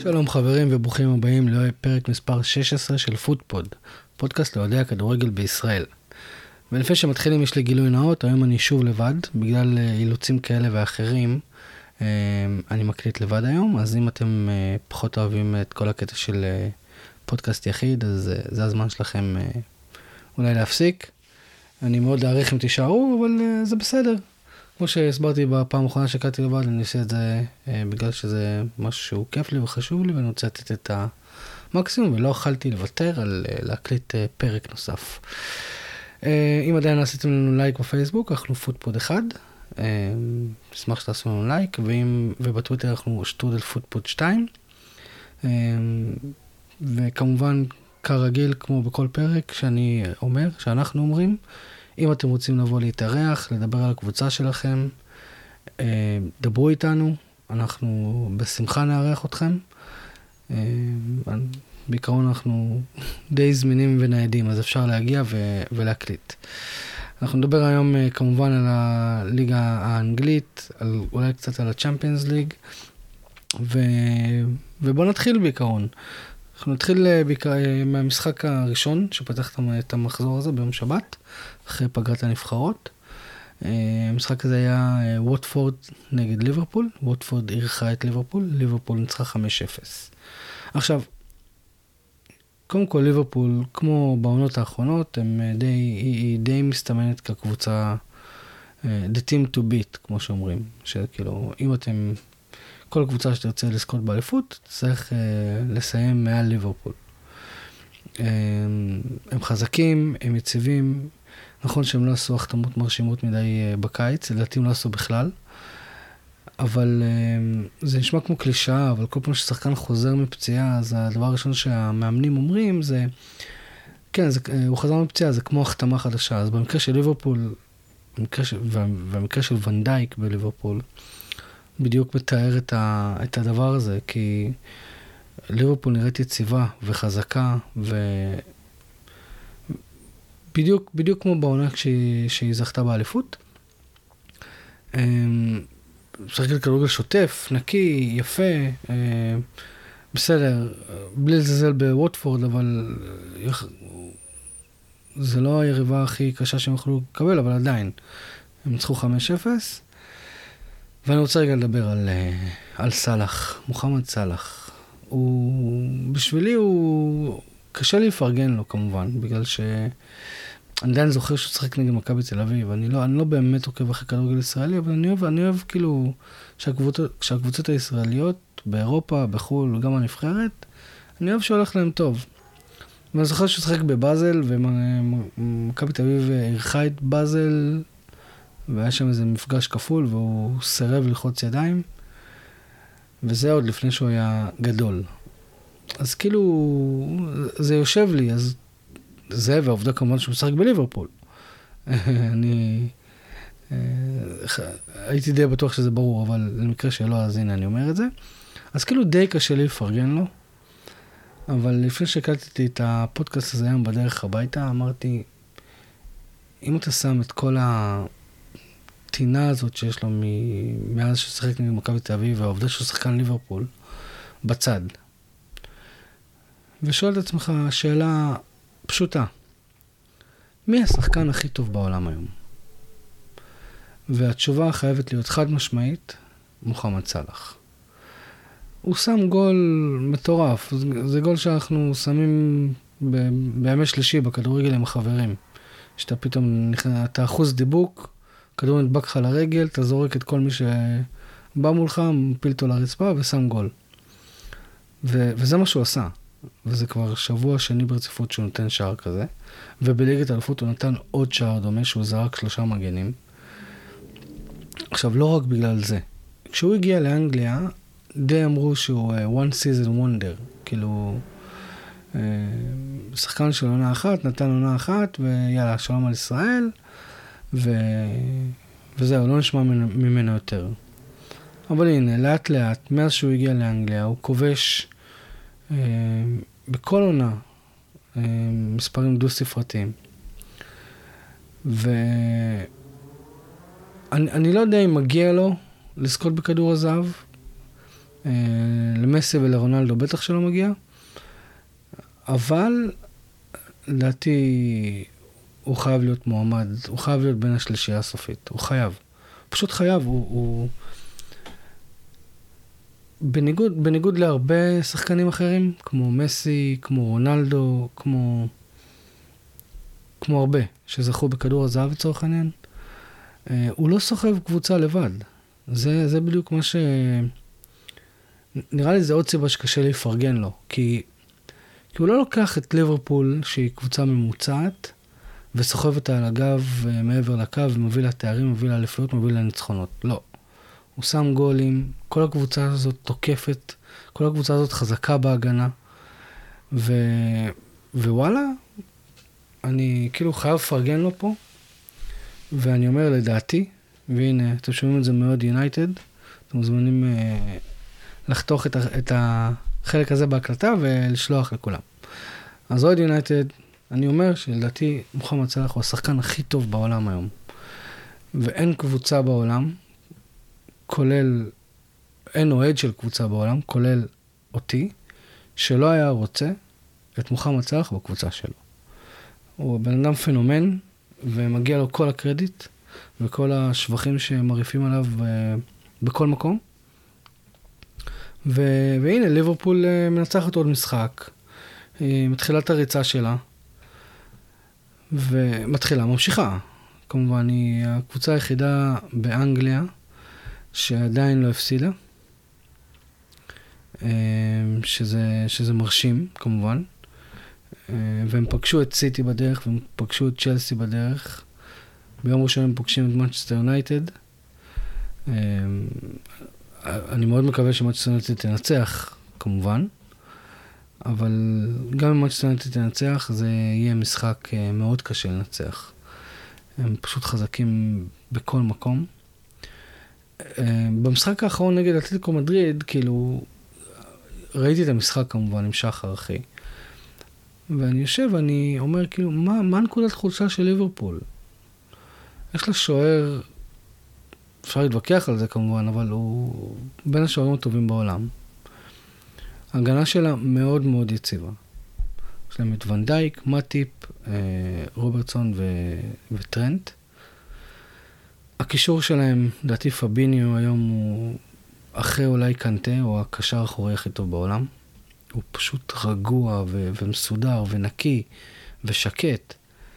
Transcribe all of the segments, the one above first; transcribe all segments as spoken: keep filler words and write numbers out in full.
שלום חברים וברוכים הבאים לפרק מספר שש עשרה של פוטפוד, פודקאסט לאוהדי הכדורגל בישראל. ולפני שמתחילים יש לי גילוי נאות, היום אני שוב לבד, בגלל אילוצים כאלה ואחרים, אני מקליט לבד היום, אז אם אתם פחות אוהבים את כל הקטע של פודקאסט יחיד, אז זה הזמן שלכם אולי להפסיק. אני מאוד אעריך אם תישארו, אבל זה בסדר. כמו שהסברתי בפעם האחרונה שקראתי לבד, אני עושה את זה אה, בגלל שזה משהו שהוא כיף לי וחשוב לי, ואני רוצה לתת את המקסימום, ולא אכלתי לוותר על אה, להקליט אה, פרק נוסף. אה, אם עדיין עשיתם לנו לייק בפייסבוק, אנחנו פוטפוד אחד, אה, נשמח שתעשו לנו לייק, ואם, ובטוויטר אנחנו שטרודל פוטפוד שתיים, אה, וכמובן כרגיל, כמו בכל פרק שאני אומר, שאנחנו אומרים, אם אתם רוצים לבוא להתארח, לדבר על הקבוצה שלכם, דברו איתנו, אנחנו בשמחה נארח אתכם. בעיקרון אנחנו די זמינים וניידים, אז אפשר להגיע ו- ולהקליט. אנחנו נדבר היום כמובן על הליגה האנגלית, על, אולי קצת על הצ'אמפיונס ליג, ו- ובוא נתחיל בעיקרון. אנחנו נתחיל מהמשחק הראשון שפתח את המחזור הזה ביום שבת, אחרי פגרת הנבחרות. המשחק הזה היה ווטפורד נגד ליברפול, ווטפורד אירחה את ליברפול, ליברפול ניצחה חמש אפס. עכשיו, קודם כל ליברפול, כמו בעונות האחרונות, הם די, היא די מסתמנת כקבוצה, the team to beat, כמו שאומרים, שכאילו, אם אתם... כל קבוצה שתרצה לזכות באליפות, צריך אה, לסיים מעל ליברפול. אה, הם חזקים, הם יציבים, נכון שהם לא עשו החתמות מרשימות מדי אה, בקיץ, לדעתי הם לא עשו בכלל, אבל אה, זה נשמע כמו קלישאה, אבל כל פעם ששחקן חוזר מפציעה, אז הדבר הראשון שהמאמנים אומרים זה, כן, זה, אה, הוא חזר מפציעה, זה כמו החתמה חדשה, אז במקרה של ליברפול, במקרה של, ובמקרה של ונדייק בליברפול, בדיוק מתאר את, ה, את הדבר הזה, כי ליברפול נראית יציבה וחזקה, ובדיוק בדיוק כמו בעונה כשהיא, שהיא זכתה באליפות. משחקת כדורגל שוטף, נקי, יפה, בסדר, בלי לזלזל בווטפורד, אבל זה לא היריבה הכי קשה שהם יכולו לקבל, אבל עדיין, הם ניצחו חמש אפס, ואני רוצה רגע לדבר על, על סלאח, מוחמד סלאח. הוא, בשבילי הוא, קשה לי לפרגן לו כמובן, בגלל שאני עדיין זוכר שהוא שחק נגד מכבי תל אביב, אני לא, אני לא באמת עוקב אחרי כדורגל ישראלי, אבל אני אוהב, אני אוהב כאילו, שהקבוצות, שהקבוצות הישראליות באירופה, בחול, וגם הנבחרת, אני אוהב שהולך להם טוב. ואני זוכר שהוא שחק בבאזל, ומכבי תל אביב אירחה את באזל, והיה שם איזה מפגש כפול, והוא סירב ללחוץ ידיים, וזה עוד לפני שהוא היה גדול. אז כאילו, זה יושב לי, אז זה, והעובדה כמובן שהוא משחק בליברפול. אני הייתי די בטוח שזה ברור, אבל למקרה שלא, אז הנה אני אומר את זה. אז כאילו די קשה לי לפרגן לו, אבל לפני שהקלטתי את הפודקאסט הזה היום בדרך הביתה, אמרתי, אם אתה שם את כל ה... התינה הזאת שיש לו מ... מאז ששחק נגד מכבי תל אביב, והעובדה שהוא שחקן ליברפול, בצד. ושואל את עצמך שאלה פשוטה. מי השחקן הכי טוב בעולם היום? והתשובה חייבת להיות חד משמעית, מוחמד סלאח. הוא שם גול מטורף. זה גול שאנחנו שמים ב... בימי שלישי בכדורגל עם החברים. שאתה פתאום, אתה אחוז דיבוק, כדור נדבק לך לרגל, אתה זורק את כל מי שבא מולך, מפיל אותו לרצפה ושם גול. ו- וזה מה שהוא עשה. וזה כבר שבוע שני ברציפות שהוא נותן שער כזה. ובליגת האלופות הוא נתן עוד שער דומה, שהוא זרק שלושה מגנים. עכשיו, לא רק בגלל זה. כשהוא הגיע לאנגליה, די אמרו שהוא uh, one season wonder. כאילו, uh, שחקן של עונה אחת, נתן עונה אחת, ויאללה, שלום על ישראל. ו... וזהו, לא נשמע ממנו יותר. אבל הנה, לאט לאט, מאז שהוא הגיע לאנגליה, הוא כובש אה, בכל עונה אה, מספרים דו-ספרתיים. ואני אני לא יודע אם מגיע לו לזכות בכדור הזהב, למסי ולרונלדו בטח שלא מגיע, אבל לדעתי הוא חייב להיות מועמד, הוא חייב להיות בין השלישייה הסופית, הוא חייב, פשוט חייב, הוא, הוא... בניגוד, בניגוד להרבה שחקנים אחרים, כמו מסי, כמו רונלדו, כמו, כמו הרבה, שזכו בכדור הזהב לצורך העניין, הוא לא סוחב קבוצה לבד. זה, זה בדיוק מה ש... נראה לי זה עוד סיבה שקשה לי לפרגן לו, כי, כי הוא לא לוקח את ליברפול, שהיא קבוצה ממוצעת, וסוחב אותה על הגב מעבר לקו, ומביא לה תארים, מביא לה אליפויות, מביא לה ניצחונות. לא. הוא שם גולים, כל הקבוצה הזאת תוקפת, כל הקבוצה הזאת חזקה בהגנה, ו... ווואלה, אני כאילו חייב לפרגן לו פה, ואני אומר לדעתי, והנה, אתם שומעים את זה מאוד יונייטד, אתם מוזמנים אה, לחתוך את, ה... את החלק הזה בהקלטה ולשלוח לכולם. אז עוד יונייטד, אני אומר שלדעתי מוחמד סלאח הוא השחקן הכי טוב בעולם היום, ואין קבוצה בעולם, כולל, אין אוהד של קבוצה בעולם, כולל אותי, שלא היה רוצה את מוחמד סלאח בקבוצה שלו. הוא בן אדם פנומן, ומגיע לו כל הקרדיט, וכל השבחים שמריפים עליו בכל מקום. ו- והנה, ליברפול מנצחת עוד משחק, מתחילה את הריצה שלה, ומתחילה, ממשיכה. כמובן, היא הקבוצה היחידה באנגליה, שעדיין לא הפסידה, שזה, שזה מרשים, כמובן. והם פגשו את סיטי בדרך, והם פגשו את צ'לסי בדרך. ביום ראשון הם פוגשים את מנצ'סטר יונייטד. אני מאוד מקווה שמנצ'סטר יונייטד תנצח, כמובן. אבל גם אם מנצ'סטר יונייטד תנצח, זה יהיה משחק מאוד קשה לנצח. הם פשוט חזקים בכל מקום. במשחק האחרון נגד אתלטיקו מדריד, כאילו, ראיתי את המשחק כמובן עם שחר, אחי. ואני יושב ואני אומר, כאילו, מה, מה נקודת חולשה של ליברפול? יש לה שוער, אפשר להתווכח על זה כמובן, אבל הוא בין השוערים הטובים בעולם. ההגנה שלה מאוד מאוד יציבה. יש להם את ון דייק, מטיפ, רוברטסון ו- וטרנט. הקישור שלהם, דעתי פביניו היום הוא אחרי אולי קנטה, או הקשר האחורי הכי טוב בעולם. הוא פשוט רגוע ו- ומסודר ונקי ושקט.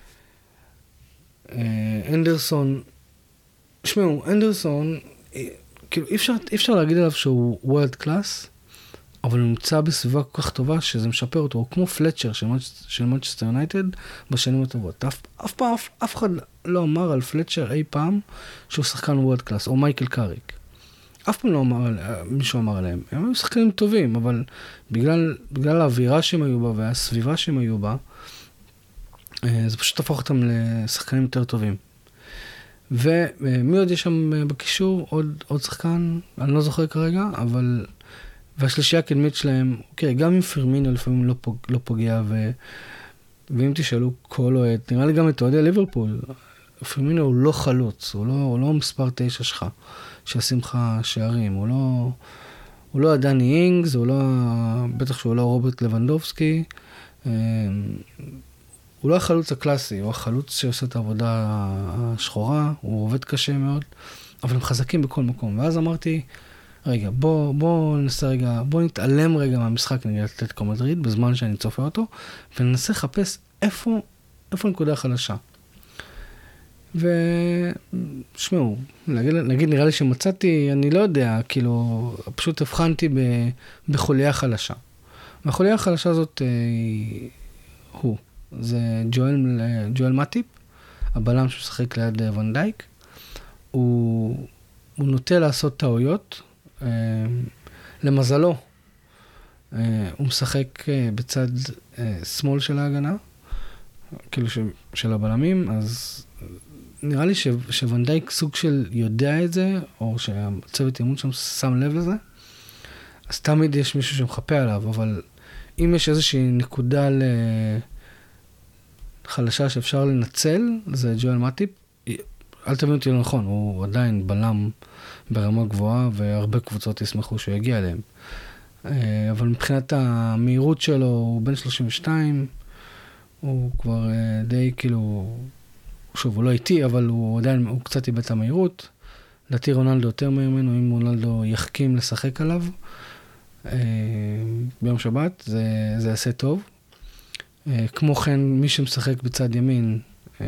אנדרסון, שמעו, אנדרסון, כאילו אי אפשר, אי אפשר להגיד עליו שהוא וורד קלאס, אבל הוא נמצא בסביבה כל כך טובה שזה משפר אותו. הוא כמו פלצ'ר של מנצ'סטר יונייטד בשנים הטובות. אף, אף פעם, אף, אף אחד לא אמר על פלצ'ר אי פעם שהוא שחקן וורד קלאס, או מייקל קאריק. אף פעם לא אמר, מישהו אמר עליהם. הם היו שחקנים טובים, אבל בגלל, בגלל האווירה שהם היו בה והסביבה שהם היו בה, זה פשוט הפוך אותם לשחקנים יותר טובים. ומי עוד יש שם בקישור? עוד, עוד שחקן, אני לא זוכר כרגע, אבל... והשלישייה הקדמית שלהם, אוקיי, גם אם פרמינו לפעמים לא, פוג, לא פוגע, ו... ואם תשאלו כל אוהד, נראה לי גם את אוהדי ליברפול, פרמינו הוא לא חלוץ, הוא לא, הוא לא מספר תשע שלך, שישים לך שערים, הוא לא, הוא לא דני אינגס, הוא לא, בטח שהוא לא רוברט לבנדובסקי, הוא לא החלוץ הקלאסי, הוא החלוץ שעושה את העבודה השחורה, הוא עובד קשה מאוד, אבל הם חזקים בכל מקום. ואז אמרתי, רגע, בוא, בוא ננסה רגע, בוא נתעלם רגע מהמשחק נגד אתלטיקו מדריד, בזמן שאני צופה אותו, וננסה לחפש איפה, איפה נקודה החלשה. ושמעו, להגיד, להגיד נראה לי שמצאתי, אני לא יודע, כאילו, פשוט הבחנתי ב, בחוליה חלשה. והחוליה החלשה הזאת היא, הוא, זה ג'ואל, ג'ואל מטיפ, הבלם שמשחק ליד ון דייק, הוא, הוא נוטה לעשות טעויות, למזלו, הוא משחק בצד שמאל של ההגנה, כאילו של הבלמים, אז נראה לי שוון דייק סוג של יודע את זה, או שהצוות אימון שם שם לב לזה, אז תמיד יש מישהו שמחפה עליו, אבל אם יש איזושהי נקודה חלשה שאפשר לנצל, זה ג'ואל מטיפ, אל תבין אותי לא נכון, הוא עדיין בלם ברמה גבוהה, והרבה קבוצות ישמחו שהוא יגיע אליהם. אבל מבחינת המהירות שלו, הוא בן שלושים ושתיים, הוא כבר די כאילו, שוב, הוא לא איטי, אבל הוא עדיין, הוא קצת איבד את המהירות. לדעתי רונלדו יותר מהר ממנו, אם רונלדו יחכים לשחק עליו ביום שבת, זה, זה יעשה טוב. כמו כן, מי שמשחק בצד ימין,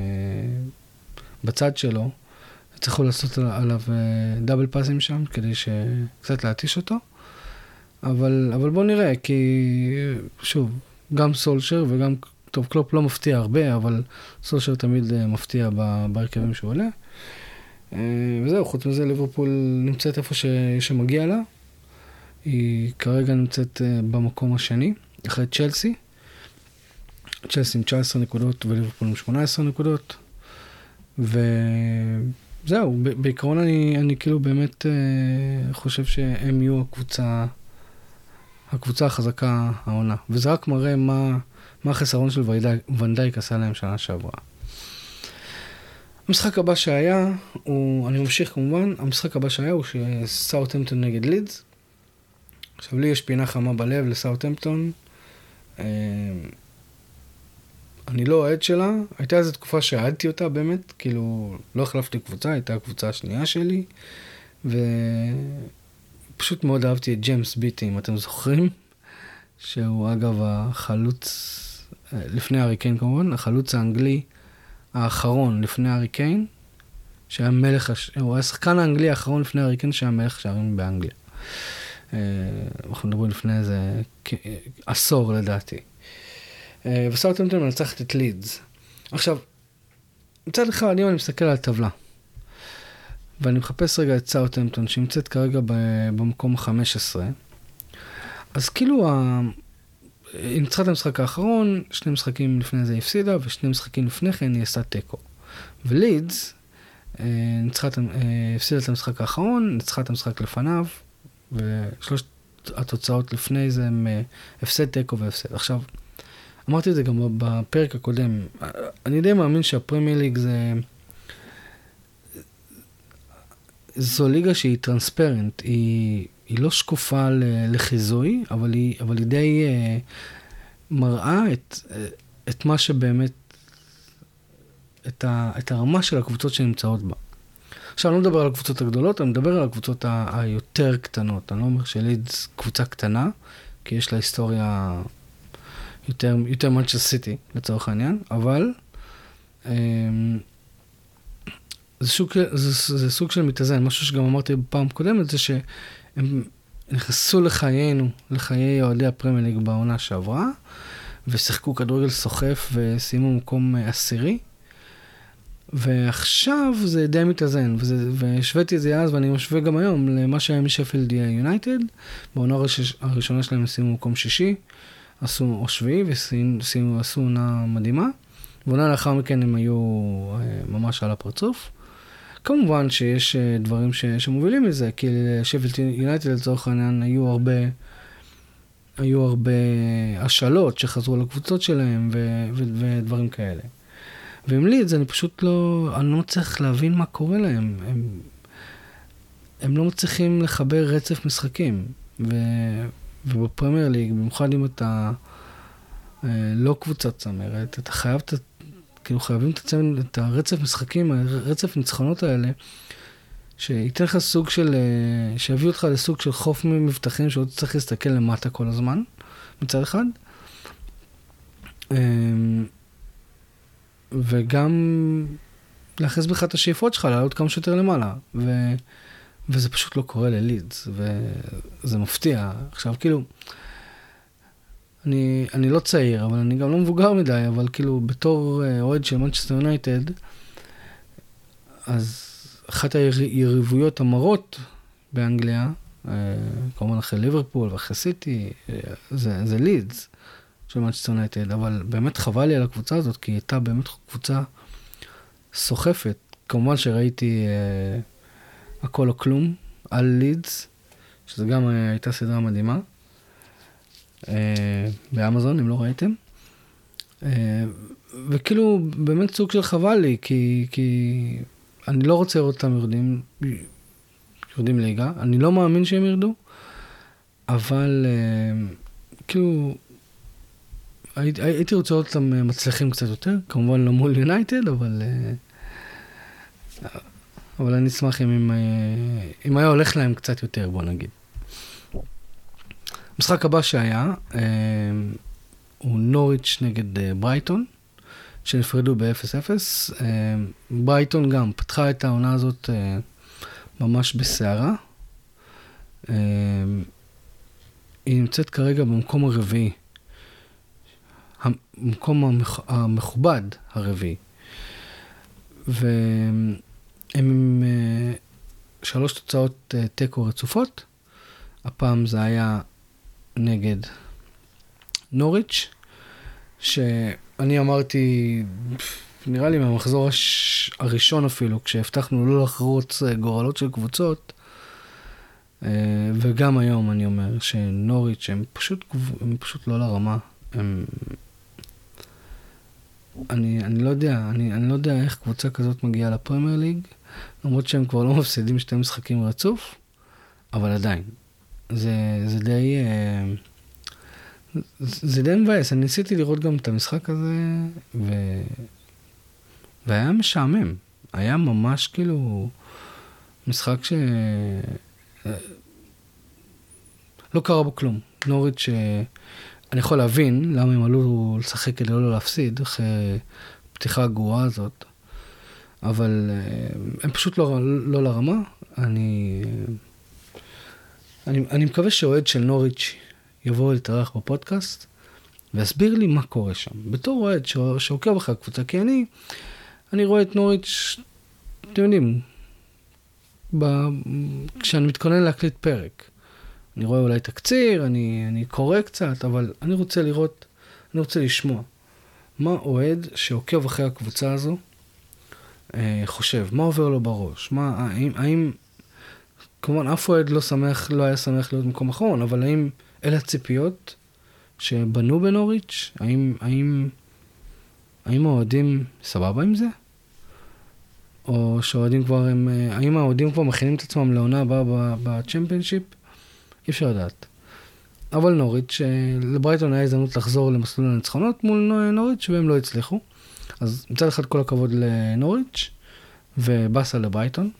בצד שלו, צריכו לעשות עליו דאבל פאסים שם, כדי שקצת להתיש אותו. אבל, אבל בוא נראה, כי שוב, גם סולשר וגם, טוב, קלופ לא מפתיע הרבה, אבל סולשר תמיד מפתיע בהרכבים שהוא עולה. וזהו, חוץ מזה, ליברפול נמצאת איפה ש... שמגיע לה. היא כרגע נמצאת במקום השני, אחרי צ'לסי. צ'לסי עם תשע עשרה נקודות וליברפול עם שמונה עשרה נקודות. וזהו, בעיקרון אני, אני כאילו באמת חושב שהם יהיו הקבוצה, הקבוצה החזקה העונה. וזה רק מראה מה, מה החסרון של ונדייק עשה להם שנה שעברה. המשחק הבא שהיה, הוא, אני ממשיך כמובן, המשחק הבא שהיה הוא שסאות'המפטון נגד לידס. עכשיו לי יש פינה חמה בלב לסאות'המפטון. אני לא אוהד שלה, הייתה איזו תקופה שאהדתי אותה באמת, כאילו לא החלפתי קבוצה, הייתה הקבוצה השנייה שלי, ופשוט מאוד אהבתי את ג'יימס ביטי, אם אתם זוכרים, שהוא אגב החלוץ, לפני הארי קיין כמובן, החלוץ האנגלי האחרון לפני הארי קיין, שהיה מלך, הוא היה שחקן האנגלי האחרון לפני הארי קיין, שהיה מלך שערים באנגליה. אנחנו מדברים לפני איזה עשור לדעתי. וסאות'המפטון מנצחת את לידס. עכשיו, מצד אחד אני מסתכל על הטבלה, ואני מחפש רגע את סאות'המפטון, שנמצאת כרגע במקום ה-חמש עשרה. אז כאילו, היא ניצחה את המשחק האחרון, שני משחקים לפני זה הפסידה, ושני משחקים לפני כן היא עשתה טקו. ולידס הפסידה את המשחק האחרון, ניצחה את המשחק לפניו, ושלושת התוצאות לפני זה הם הפסד טקו והפסד. עכשיו, אמרתי את זה גם בפרק הקודם, אני די מאמין שהפרמייר ליג זה, זו ליגה שהיא טרנספרנט, היא, היא לא שקופה לחיזוי, אבל היא, אבל היא די מראה את, את מה שבאמת, את, ה, את הרמה של הקבוצות שנמצאות בה. עכשיו, אני לא מדבר על הקבוצות הגדולות, אני מדבר על הקבוצות ה- היותר קטנות. אני לא אומר שלידס קבוצה קטנה, כי יש לה היסטוריה יותר, יותר מנצ'סטר סיטי, לצורך העניין, אבל אמ, זה, שוק, זה, זה סוג של מתאזן. משהו שגם אמרתי בפעם קודמת, זה שהם נכנסו לחיינו, לחיי אוהדי הפרמייר ליג בעונה שעברה, ושיחקו כדורגל סוחף וסיימו מקום עשירי, ועכשיו זה די מתאזן, וזה, והשוויתי את זה אז, ואני משווה גם היום למה שהיה משפילד יונייטד, בעונה הראשונה שלהם סיימו מקום שישי, עשו או שביעי, ועשו עונה מדהימה, ועונה לאחר מכן הם היו ממש על הפרצוף. כמובן שיש דברים ש, שמובילים מזה, כי לשפילד יונייטד לצורך העניין היו הרבה, היו הרבה השאלות שחזרו לקבוצות שלהם, ו, ו, ודברים כאלה. ועם לידס, אני פשוט לא, אני לא מצליח להבין מה קורה להם. הם, הם לא מצליחים לחבר רצף משחקים. ו, ובפרמייר ליג, במיוחד אם אתה לא קבוצת צמרת, אתה חייב, כאילו חייבים את הרצף משחקים, הרצף ניצחונות האלה, שייתן לך סוג של, שיביא אותך לסוג של חוף מבטחים, שעוד צריך להסתכל למטה כל הזמן, מצד אחד. וגם להכניס בך את השאיפות שלך, לעלות כמה שיותר למעלה. ו... וזה פשוט לא קורה ללידס, וזה מפתיע. עכשיו, כאילו, אני, אני לא צעיר, אבל אני גם לא מבוגר מדי, אבל כאילו, בתור אוהד של מנצ'סטר יונייטד, אז אחת היריבויות המרות באנגליה, כמובן אחרי ליברפול ואחרי סיטי, זה, זה לידס. של מנצ'סטר יונייטד, אבל באמת חבל לי על הקבוצה הזאת, כי היא הייתה באמת קבוצה סוחפת. כמובן שראיתי אה, הכל או כלום על לידס, שזה גם אה, הייתה סדרה מדהימה, אה, באמזון, אם לא ראיתם. אה, וכאילו, באמת סוג של חבל לי, כי, כי אני לא רוצה לראות אותם יורדים, יורדים ליגה, אני לא מאמין שהם ירדו, אבל כאילו, הייתי, הייתי רוצה לראות אותם מצליחים קצת יותר, כמובן לא מול יונייטד, אבל, אבל אני אשמח אם, אם היה הולך להם קצת יותר, בוא נגיד. המשחק הבא שהיה, הוא נוריץ' נגד ברייטון, שנפרדו ב-אפס אפס. ברייטון גם פתחה את העונה הזאת ממש בסערה. היא נמצאת כרגע במקום הרביעי. המקום המכובד הרביעי. והם עם שלוש תוצאות טקו רצופות. הפעם זה היה נגד נוריץ', שאני אמרתי, נראה לי מהמחזור הש... הראשון אפילו, כשהבטחנו לא לחרוץ גורלות של קבוצות, וגם היום אני אומר שנוריץ' הם פשוט, הם פשוט לא לרמה. הם... אני, אני לא יודע, אני, אני לא יודע איך קבוצה כזאת מגיעה לפרמייר ליג, למרות שהם כבר לא מפסידים שתי משחקים רצוף, אבל עדיין. זה, זה די... זה די מבאס, אני ניסיתי לראות גם את המשחק הזה, ו... והיה משעמם. היה ממש כאילו משחק ש... לא קרה בו כלום. נוריץ' ש... אני יכול להבין למה הם עלו לשחק כדי לא להפסיד, אחרי פתיחה הגרועה הזאת, אבל הם פשוט לא, לא לרמה. אני... אני, אני מקווה שאוהד של נוריץ' יבוא להתארח בפודקאסט, ויסביר לי מה קורה שם. בתור אוהד שעוקב אחרי הקבוצה, כי אני, אני רואה את נוריץ', אתם יודעים, ב, כשאני מתכונן להקליט פרק, אני רואה אולי תקציר, אני, אני קורא קצת, אבל אני רוצה לראות, אני רוצה לשמוע, מה אוהד שעוקב אחרי הקבוצה הזו אה, חושב, מה עובר לו בראש, מה, האם, האם, כמובן, אף אוהד לא שמח, לא היה שמח להיות מקום אחרון, אבל האם אלה הציפיות שבנו בנוריץ'? האם, האם, האם האוהדים סבבה עם זה? או שהאוהדים כבר הם, האם האוהדים כבר מכינים את עצמם לעונה הבאה בצ'מפיונשיפ? אי אפשר לדעת. אבל נוריץ', לברייטון היה הזדמנות לחזור למסלול הניצחונות מול נוריץ', והם לא הצליחו. אז מצד אחד כל הכבוד לנוריץ', ובאסה לברייטון.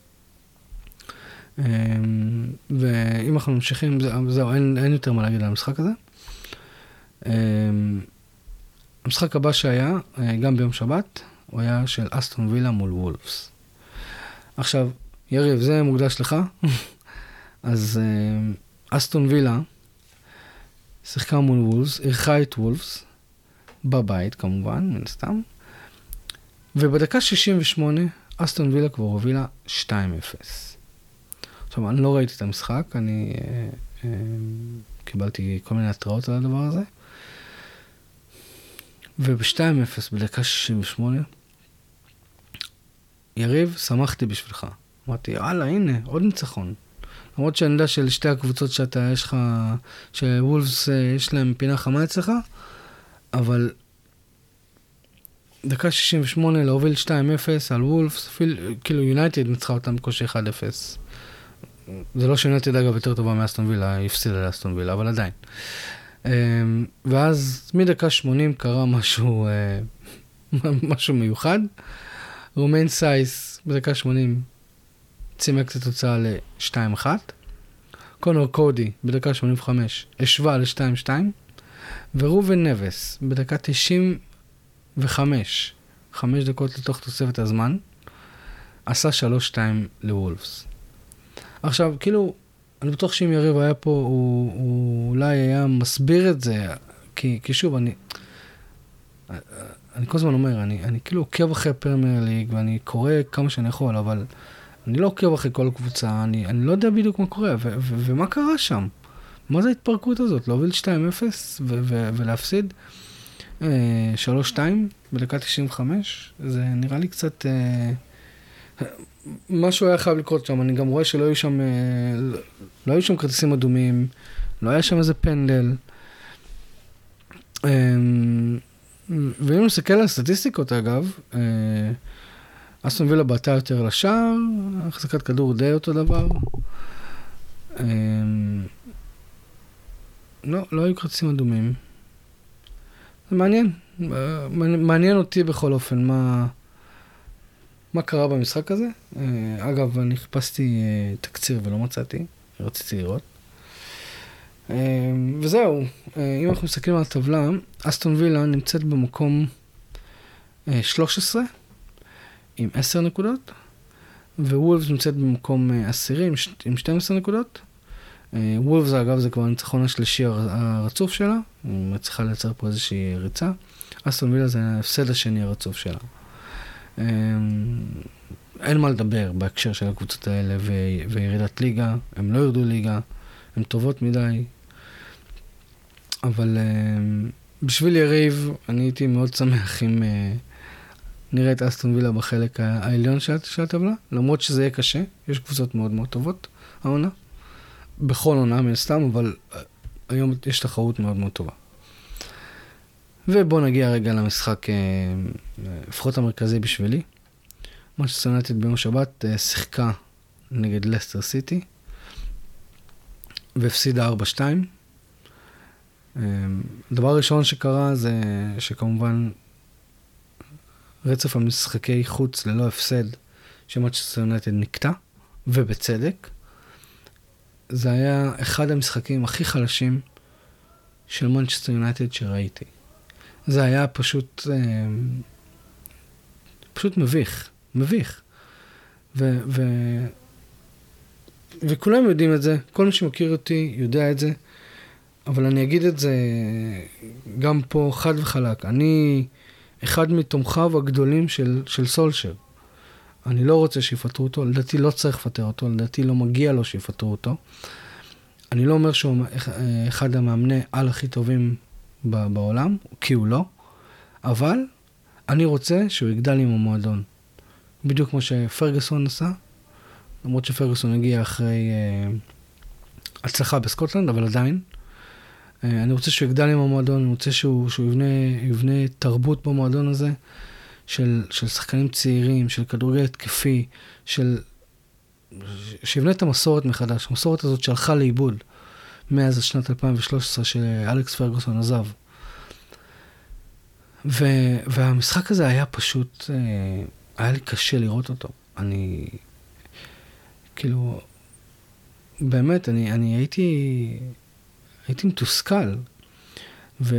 ואם אנחנו ממשיכים, זהו, אין, אין יותר מה להגיד על המשחק הזה. המשחק הבא שהיה, גם ביום שבת, הוא היה של אסטון וילה מול וולפס. עכשיו, יריב, זה מוקדש לך. אז אסטון וילה שיחקה מול וולפס, ערכה את וולפס, בבית כמובן, מן סתם. ובדקה שישים ושמונה, אסטון וילה כבר הובילה שתיים אפס. עכשיו, אני לא ראיתי את המשחק, אני אה, אה, קיבלתי כל מיני התראות על הדבר הזה. וב-שתיים אפס, בדקה שישים ושמונה, יריב, שמחתי בשבילך. אמרתי, יאללה, הנה, עוד ניצחון. למרות שאני יודע של שתי הקבוצות שאתה, יש לך, שוולפס יש להם פינה חמה אצלך, אבל דקה שישים ושמונה להוביל שתיים אפס על וולפס, אפילו, כאילו יונייטד ניצחה אותם בקושי אחד אפס. זה לא שיונייטד אגב יותר טובה מאסטון וילה, היא הפסידה לאסטון וילה, אבל עדיין. ואז מדקה שמונים קרה משהו, משהו מיוחד. רומיין סייס בדקה שמונים צימק את התוצאה ל-שתיים אחת. קונור קודי בדקה שמונים וחמש השווה ל-שתיים שתיים. ורובן נבס בדקה תשעים וחמש, חמש דקות לתוך תוספת הזמן, עשה שלוש שתיים לוולפס. עכשיו, כאילו, אני בטוח שאם יריב היה פה, הוא, הוא אולי היה מסביר את זה, כי, כי שוב, אני, אני כל הזמן אומר, אני, אני כאילו עוקב אחרי פרמייר ליג, ואני קורא כמה שאני יכול, אבל אני לא עוקב אחרי כל קבוצה, אני, אני לא יודע בדיוק מה קורה, ו, ו, ומה קרה שם? מה זה ההתפרקות הזאת? להוביל שתיים אפס ו, ו, ולהפסיד שלוש שתיים בדקה תשעים וחמש? זה נראה לי קצת... משהו היה חייב לקרות שם, אני גם רואה שלא היו שם, לא היו שם כרטיסים אדומים, לא היה שם איזה פנדל. ואם נסתכל על הסטטיסטיקות אגב, אסטון וילה בעטה יותר לשער, החזקת כדור די אותו דבר. לא, לא היו קרצים אדומים. זה מעניין. מעניין אותי בכל אופן מה, מה קרה במשחק הזה. אגב, אני חיפשתי תקציר ולא מצאתי. רציתי לראות. וזהו. אם אנחנו מסתכלים על הטבלה, אסטון וילה נמצאת במקום שלוש עשרה עם עשר נקודות, ווולפס נמצאת במקום עשירי עם שתים עשרה נקודות. וולפס, אגב, זה כבר הניצחון השלישי הרצוף שלה, היא מצליחה לייצר פה איזושהי ריצה. אסטון וילה זה ההפסד השני הרצוף שלה. אין מה לדבר בהקשר של הקבוצות האלה וירידת ליגה, הם לא ירדו ליגה, הן טובות מדי, אבל בשביל יריב אני הייתי מאוד שמח אם נראה את אסטון וילה בחלק העליון של הטבלה, למרות שזה יהיה קשה, יש קבוצות מאוד מאוד טובות, העונה. בכל עונה מן סתם, אבל היום יש תחרות מאוד מאוד טובה. ובואו נגיע רגע למשחק, לפחות המרכזי בשבילי. מנצ'סטר יונייטד ביום שבת שיחקה נגד לסטר סיטי, והפסידה ארבע שתיים. הדבר הראשון שקרה זה שכמובן רצף המשחקי חוץ ללא הפסד שמנצ'סטר יונייטד נקטע, ובצדק. זה היה אחד המשחקים הכי חלשים של מנצ'סטר יונייטד שראיתי. זה היה פשוט, פשוט מביך, מביך. ו, ו, וכולם יודעים את זה, כל מי שמכיר אותי יודע את זה, אבל אני אגיד את זה גם פה חד וחלק. אני אחד מתומכיו הגדולים של, של סולשר. אני לא רוצה שיפטרו אותו, לדעתי לא צריך לפטר אותו, לדעתי לא מגיע לו שיפטרו אותו. אני לא אומר שהוא אחד המאמני על הכי טובים בעולם, כי הוא לא, אבל אני רוצה שהוא יגדל עם המועדון. בדיוק כמו שפרגוסון עשה, למרות שפרגוסון הגיע אחרי אה, הצלחה בסקוטלנד, אבל עדיין. אה, אני רוצה שהוא יגדל עם המועדון, אני רוצה שהוא, שהוא יבנה, יבנה תרבות במועדון הזה, של, של שחקנים צעירים, של כדורגל התקפי, של, שיבנה את המסורת מחדש. המסורת הזאת שהלכה לאיבוד מאז שנת אלפיים ושלוש עשרה שאלכס פרגוסון עזב. ו, והמשחק הזה היה פשוט, היה לי קשה לראות אותו. אני, כאילו, באמת, אני, אני הייתי, הייתי מתוסכל. ו...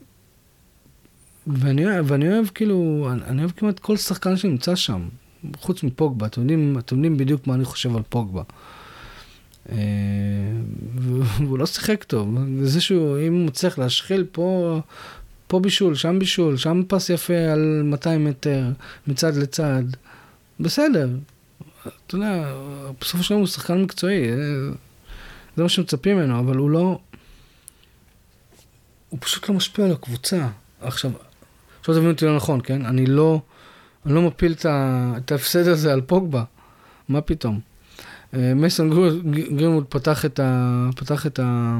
ואני אוהב, ואני אוהב כאילו, אני אוהב כמעט כל שחקן שנמצא שם, חוץ מפוגבה. אתם יודעים, אתם יודעים בדיוק מה אני חושב על פוגבה. והוא לא שיחק טוב. זה שהוא, אם הוא מצליח להשחיל פה, פה בישול, שם בישול, שם פס יפה על מאתיים מטר, מצד לצד, בסדר. אתה יודע, בסופו של דבר הוא שחקן מקצועי. זה מה שמצפים ממנו, אבל הוא לא, הוא פשוט לא משפיע על הקבוצה. עכשיו, עכשיו תבינו אותי לא נכון, כן? אני לא, אני לא מפיל את ההפסד הזה על פוגבה. מה פתאום? מייסון גרינווד פתח את ה... פתח את ה...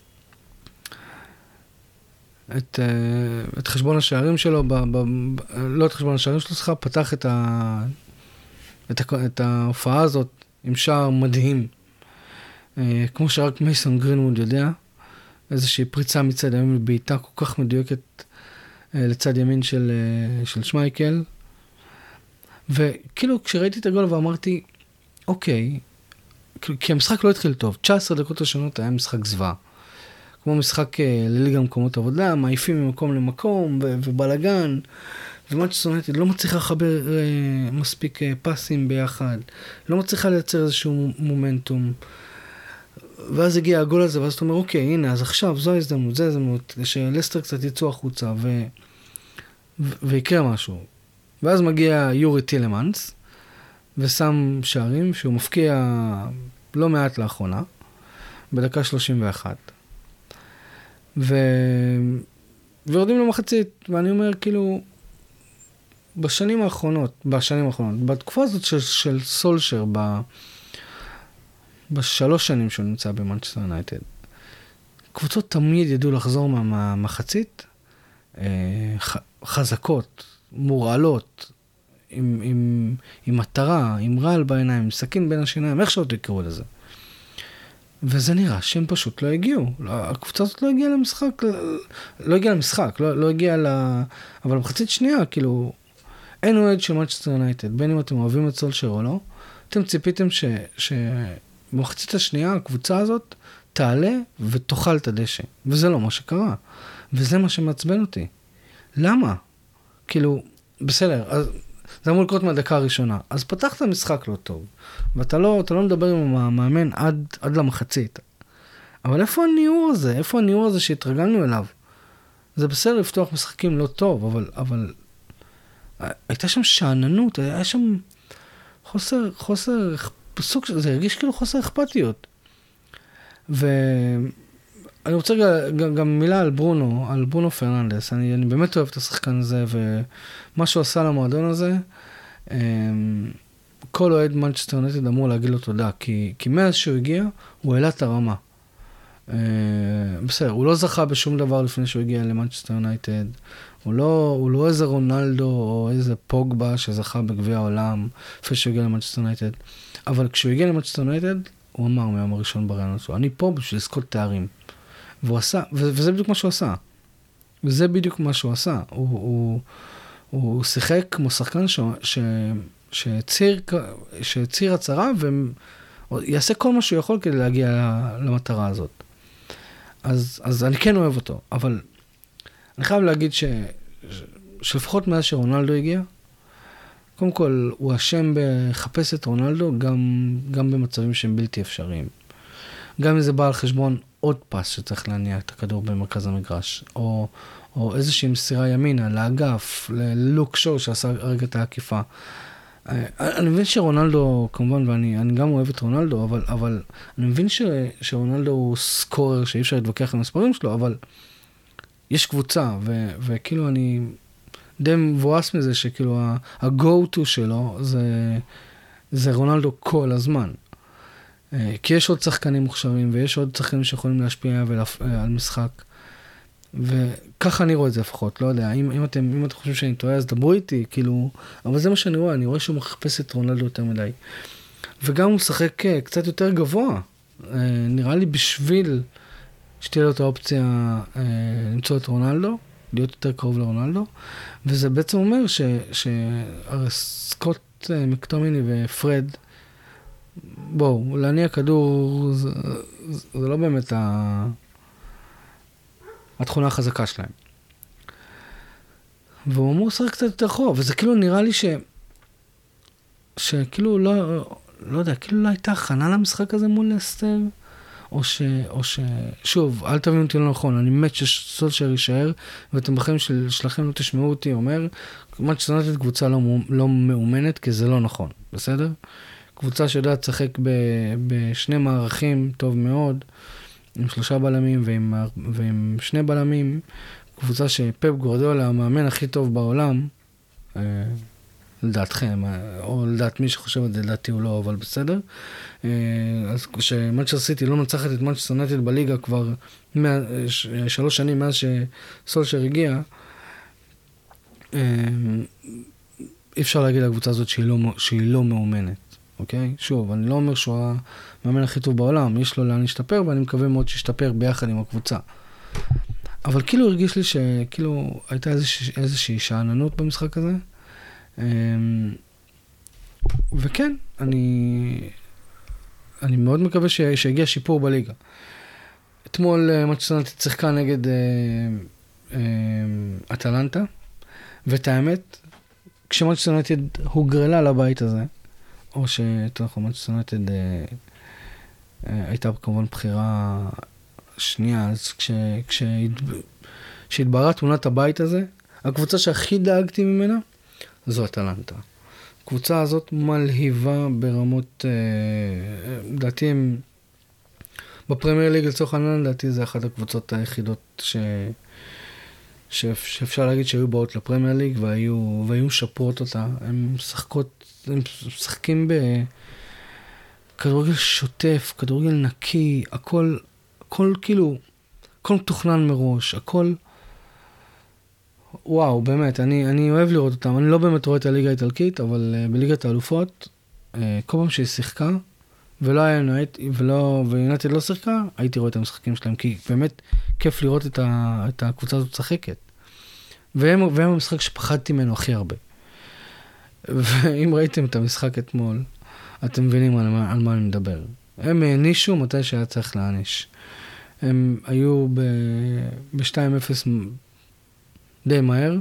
את, את חשבון השערים שלו, ב, ב, לא את חשבון השערים שלו, סליחה, פתח את, ה, את, ה, את ההופעה הזאת עם שער מדהים. כמו שרק מייסון גרינווד יודע, איזושהי פריצה מצד ימין, בעיטה כל כך מדויקת לצד ימין של, של שמייקל. וכאילו כשראיתי את הגול ואמרתי, אוקיי, כי המשחק לא התחיל טוב. תשע עשרה דקות ראשונות היה משחק זוועה. כמו משחק לליגה מקומות עבודה, מעיפים ממקום למקום ו- ובלגן. ומנצ'סטר יונייטד לא מצליחה לחבר מספיק פסים ביחד. לא מצליחה לייצר איזשהו מומנטום. ואז הגיע הגול הזה, ואז אתה אומר, אוקיי, הנה, אז עכשיו, זו ההזדמנות, זו ההזדמנות, שלסטר קצת יצאו החוצה, ו... ו... ויקרה משהו. ואז מגיע יורי טילמנס, ושם שערים, שהוא מפקיע לא מעט לאחרונה, בדקה שלושים ואחת. ו... ויורדים למחצית, ואני אומר, כאילו, בשנים האחרונות, בשנים האחרונות, בתקופה הזאת של, של סולשר, ב... בשלוש שנים שהוא נמצא במנצ'סטר יונייטד, קבוצות תמיד ידעו לחזור מהמחצית, חזקות, מורעלות, עם, עם, עם מטרה, עם רעל בעיניים, עם סכין בין השיניים, איך שעוד תקראו לזה. וזה נראה שהם פשוט לא הגיעו. הקבוצה הזאת לא הגיעה למשחק, לא הגיעה למשחק, לא, לא הגיעה ל... אבל במחצית שנייה, כאילו, אין אוהד של מנצ'סטר יונייטד, בין אם אתם אוהבים את סולשר או לא, אתם ציפיתם ש... שבמחצית השנייה הקבוצה הזאת תעלה ותאכל את הדשא. וזה לא מה שקרה. וזה מה שמעצבן אותי. למה? כאילו, בסדר, אז זה אמור לקרות מהדקה הראשונה. אז פתחת משחק לא טוב, ואתה לא, אתה לא מדבר עם המאמן עד, עד למחצית. אבל איפה הניעור הזה? איפה הניעור הזה שהתרגלנו אליו? זה בסדר לפתוח משחקים לא טוב, אבל, אבל הייתה שם שעננות, היה שם חוסר, חוסר, סוג, זה הרגיש כאילו חוסר אכפתיות. ואני רוצה גם, גם מילה על ברונו, על ברונו פרננדס. אני, אני באמת אוהב את השחקן הזה, ומה שהוא עשה למועדון הזה, כל אוהד מנצ'סטר יונייטד אמור להגיד לו תודה, כי, כי מאז שהוא הגיע, הוא העלה את הרמה. בסדר, הוא לא זכה בשום דבר לפני שהוא הגיע למנצ'סטר יונייטד, הוא לא, הוא לא איזה רונלדו או איזה פוגבה שזכה בגביע העולם לפני שהוא הגיע למנצ'סטר יונייטד, אבל כשהוא הגיע למנצ'סטר יונייטד, הוא אמר מהיום הראשון ברעיון שלו, אני פה בשביל לזכות תארים. והוא עשה, ו- וזה בדיוק מה שהוא עשה. וזה בדיוק מה שהוא עשה. הוא, הוא, הוא שיחק כמו שחקן ש- ש- שציר, שציר הצהרה, ויעשה כל מה שהוא יכול כדי להגיע למטרה הזאת. אז, אז אני כן אוהב אותו, אבל אני חייב להגיד ש, שלפחות מאז שרונלדו הגיע, קודם כל הוא אשם בחפש את רונלדו גם, גם במצבים שהם בלתי אפשריים. גם אם זה בא על חשבון עוד פס שצריך להניע את הכדור במרכז המגרש, או, או איזושהי מסירה ימינה, לאגף, ללוק שואו שעשה רגע את העקיפה. אני מבין שרונלדו, כמובן, ואני אני גם אוהב את רונלדו, אבל, אבל אני מבין ש, שרונלדו הוא סקורר שאי אפשר להתווכח עם המספרים שלו, אבל יש קבוצה, ו, וכאילו אני די מבואס מזה שכאילו ה-go-to שלו זה, זה רונלדו כל הזמן. כי יש עוד שחקנים מוכשרים, ויש עוד שחקנים שיכולים להשפיע על משחק. וככה אני רואה את זה לפחות, לא יודע, אם, אם, אתם, אם אתם חושבים שאני טועה, אז דברו איתי, כאילו, אבל זה מה שאני רואה, אני רואה שהוא מחפש את רונלדו יותר מדי. וגם הוא משחק קצת יותר גבוה, נראה לי בשביל שתהיה לו את האופציה למצוא את רונלדו, להיות יותר קרוב לרונלדו, וזה בעצם אומר ש, שסקוט מקטומיני ופרד, בואו, להניע כדור, זה, זה לא באמת ה... התכונה החזקה שלהם. והוא אמור לשחק קצת יותר חוב, וזה כאילו נראה לי ש... שכאילו לא... לא יודע, כאילו לא הייתה הכנה למשחק הזה מול לסטר, או ש... או ש... שוב, אל תבינו אותי לא נכון, אני מת שסולשר יישאר, ואתם בחיים של... שלכם לא תשמעו אותי, אומר, מנצ'סטר יונייטד קבוצה לא, לא מאומנת, כי זה לא נכון, בסדר? קבוצה שיודעת לשחק ב... בשני מערכים טוב מאוד, עם שלושה בלמים ועם, ועם שני בלמים, קבוצה שפפ גוארדיולה, המאמן הכי טוב בעולם, אה, לדעתכם, או לדעת מי שחושב את זה, לדעתי הוא לא, אבל בסדר. אה, אז כשמנצ'סטר סיטי לא מנצחת את מנצ'סטר יונייטד בליגה כבר מה, ש, שלוש שנים מאז שסולשר הגיע, אה, אי אפשר להגיד לקבוצה הזאת שהיא לא, שהיא לא מאומנת. אוקיי? שוב, אני לא אומר שהוא המאמן הכי טוב בעולם, יש לו לאן להשתפר, ואני מקווה מאוד שישתפר ביחד עם הקבוצה. אבל כאילו הרגיש לי שכאילו הייתה איזושה, איזושהי שעננות במשחק הזה. וכן, אני, אני מאוד מקווה ש, שהגיע שיפור בליגה. אתמול מנצ'סטר יונייטד שיחקה נגד אטלנטה, ואת האמת, כשמנצ'סטר יונייטד הוגרלה לבית הזה, או שאתה נכון, מנצ'סטר יונייטד הייתה כמובן בחירה שנייה, אז כשהתבררה תמונת הבית הזה, הקבוצה שהכי דאגתי ממנה, זו אטלנטה. הקבוצה הזאת מלהיבה ברמות, לדעתי, בפרמייר ליג לצורך העניין, לדעתי זה אחת הקבוצות היחידות ש... שאפשר להגיד שהיו באות לפרמייר ליג והיו, והיו משפרות אותה. הם משחקות, הם משחקים בכדורגל שוטף, כדורגל נקי, הכל, הכל כאילו, הכל מתוכנן מראש, הכל, וואו, באמת, אני, אני אוהב לראות אותם. אני לא באמת רואה את הליגה האיטלקית, אבל uh, בליגת האלופות, uh, כל פעם שהיא שיחקה, ולא היה יונייטד, ולא, ויונייטד לא שיחקה, הייתי רואה את המשחקים שלהם, כי באמת כיף לראות את, ה, את הקבוצה הזאת משחקת. והם, והם המשחק שפחדתי ממנו הכי הרבה. ואם ראיתם את המשחק אתמול, אתם מבינים על מה, על מה אני מדבר. הם הענישו מתי שהיה צריך להעניש. הם היו ב-שתיים אפס די מהר,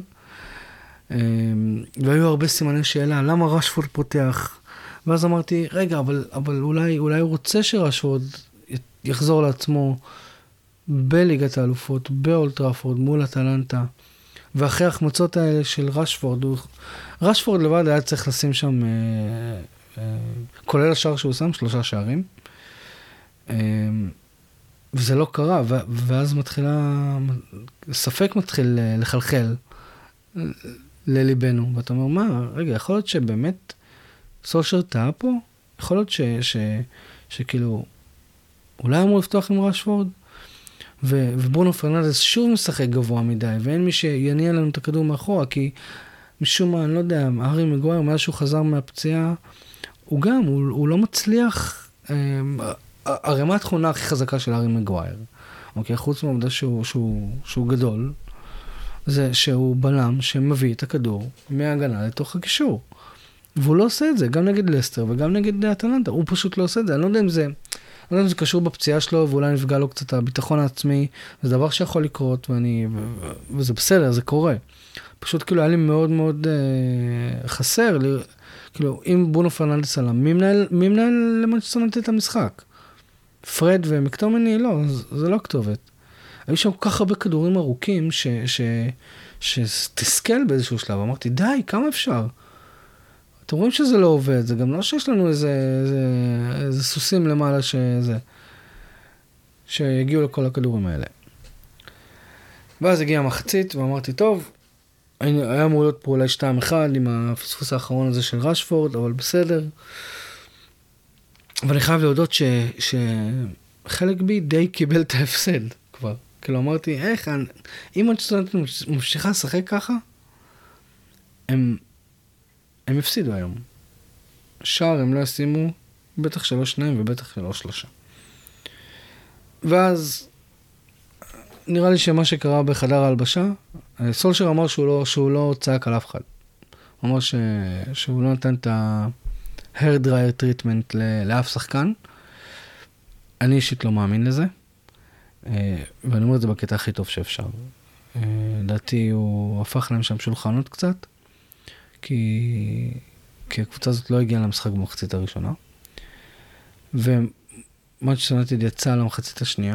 והיו הרבה סימני שאלה, למה רשפורד פותח? ואז אמרתי, רגע, אבל, אבל אולי, אולי הוא רוצה שרשפורד יחזור לעצמו בליגת האלופות, באולד טראפורד, מול אטלנטה, ואחרי ההחמצות האלה של רשפורד, הוא... רשפורד לבד היה צריך לשים שם, אה, אה, כולל השער שהוא שם, שלושה שערים, אה, וזה לא קרה, ו- ואז מתחילה, ספק מתחיל לחלחל לליבנו, ואתה אומר, מה, רגע, יכול להיות שבאמת סולשר טעה פה? יכול להיות ש- ש- שכאילו, אולי אמור לפתוח עם רשפורד? ו- וברונו פרננדס שוב משחק גבוה מדי, ואין מי שיניע לנו את הכדור מאחורה, כי משום מה, אני לא יודע, הארי מגווייר, מאז שהוא חזר מהפציעה, הוא גם, הוא, הוא לא מצליח, אה, הרמה התכונה הכי חזקה של הארי מגווייר, אוקיי, חוץ מהעובדה שהוא, שהוא, שהוא גדול, זה שהוא בלם שמביא את הכדור מההגנה לתוך הקישור. והוא לא עושה את זה, גם נגד לסטר וגם נגד אטלנטה, הוא פשוט לא עושה את זה. אני לא יודע אם זה, אני לא יודע אם זה קשור בפציעה שלו, ואולי נפגע לו קצת הביטחון העצמי, זה דבר שיכול לקרות, ואני, ו, וזה בסדר, זה קורה. פשוט כאילו היה לי מאוד מאוד אה, חסר, לי, כאילו, אם ברונו פרננדס עלה, מי מנהל, מי מנהל למנצ'סטר יונייטד את המשחק? פרד ומקטומני, לא, זה, זה לא כתובת. היו שם כל כך הרבה כדורים ארוכים, ש, ש, שתסכל באיזשהו שלב. אמרתי, די, כמה אפשר? אתם רואים שזה לא עובד, זה גם לא שיש לנו איזה, איזה, איזה סוסים למעלה שזה, שהגיעו לכל הכדורים האלה. ואז הגיעה המחצית, ואמרתי, טוב, היה אמור להיות פה אולי שתיים אחד עם הפספוס האחרון הזה של רשפורד, אבל בסדר. אבל אני חייב להודות ש, שחלק בי די קיבל את ההפסד כבר. כאילו אמרתי, איך, אם מנצ'סטר ממשיכה לשחק ככה, הם, הם הפסידו היום. שער הם לא ישימו, בטח שלא שניים ובטח שלא שלושה. ואז נראה לי שמה שקרה בחדר ההלבשה, סולשר אמר שהוא לא, שהוא לא צעק על אף אחד. הוא אמר ש, שהוא לא נתן את ה-hair dryer treatment לאף שחקן. אני אישית לא מאמין לזה. ואני אומר את זה בקטע הכי טוב שאפשר. לדעתי הוא הפך להם שם שולחנות קצת, כי, כי הקבוצה הזאת לא הגיעה למשחק במחצית הראשונה. ומנצ'סטר יונייטד יצא למחצית השנייה,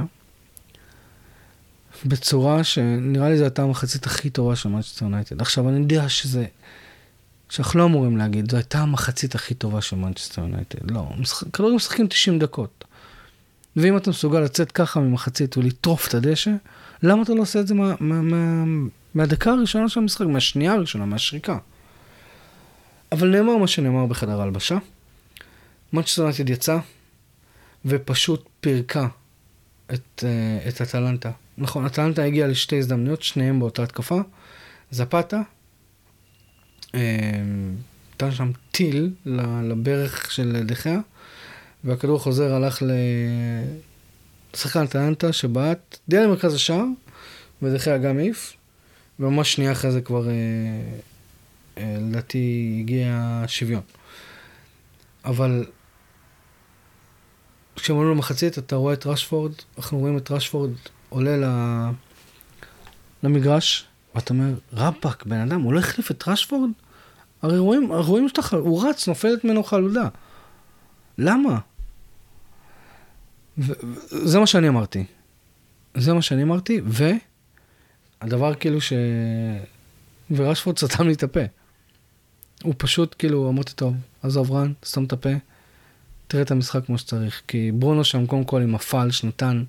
בצורה שנראה לי זו הייתה המחצית הכי טובה של מנצ'סטר יונייטד. עכשיו אני יודע שזה, שאנחנו לא אמורים להגיד, זו הייתה המחצית הכי טובה של מנצ'סטר יונייטד. לא, כדורגל משחקים תשעים דקות. ואם אתה מסוגל לצאת ככה ממחצית ולטרוף את הדשא, למה אתה לא עושה את זה מה, מה, מה, מהדקה הראשונה של המשחק, מהשנייה הראשונה, מהשריקה? אבל נאמר מה שנאמר בחדר ההלבשה. מנצ'סטר יונייטד יצא, ופשוט פירקה את, את אטלנטה. נכון, אטלנטה הגיעה לשתי הזדמנויות, שניהם באותה התקפה. זפתה, נתן שם טיל לברך של דחיה, והכדור חוזר הלך לשחקן אטלנטה שבעט די למרכז השער, ודחיה גם העיף, וממש שנייה אחרי זה כבר לדעתי הגיע שוויון. אבל כשאמרנו למחצית, אתה רואה את רשפורד, אנחנו רואים את רשפורד עולה למגרש, ואתה אומר, רבק, בן אדם, הוא לא החליף את רשפורד? הרי רואים, רואים שאתה, הוא רץ, נופלת ממנו חלודה. למה? זה מה שאני אמרתי. זה מה שאני אמרתי, והדבר כאילו ש... ורשפורד סתם לי את הפה. הוא פשוט כאילו, אמרתי טוב, אז עברן, סתם את הפה, תראה את המשחק כמו שצריך, כי ברונו שם קודם כל עם הפעל שנתן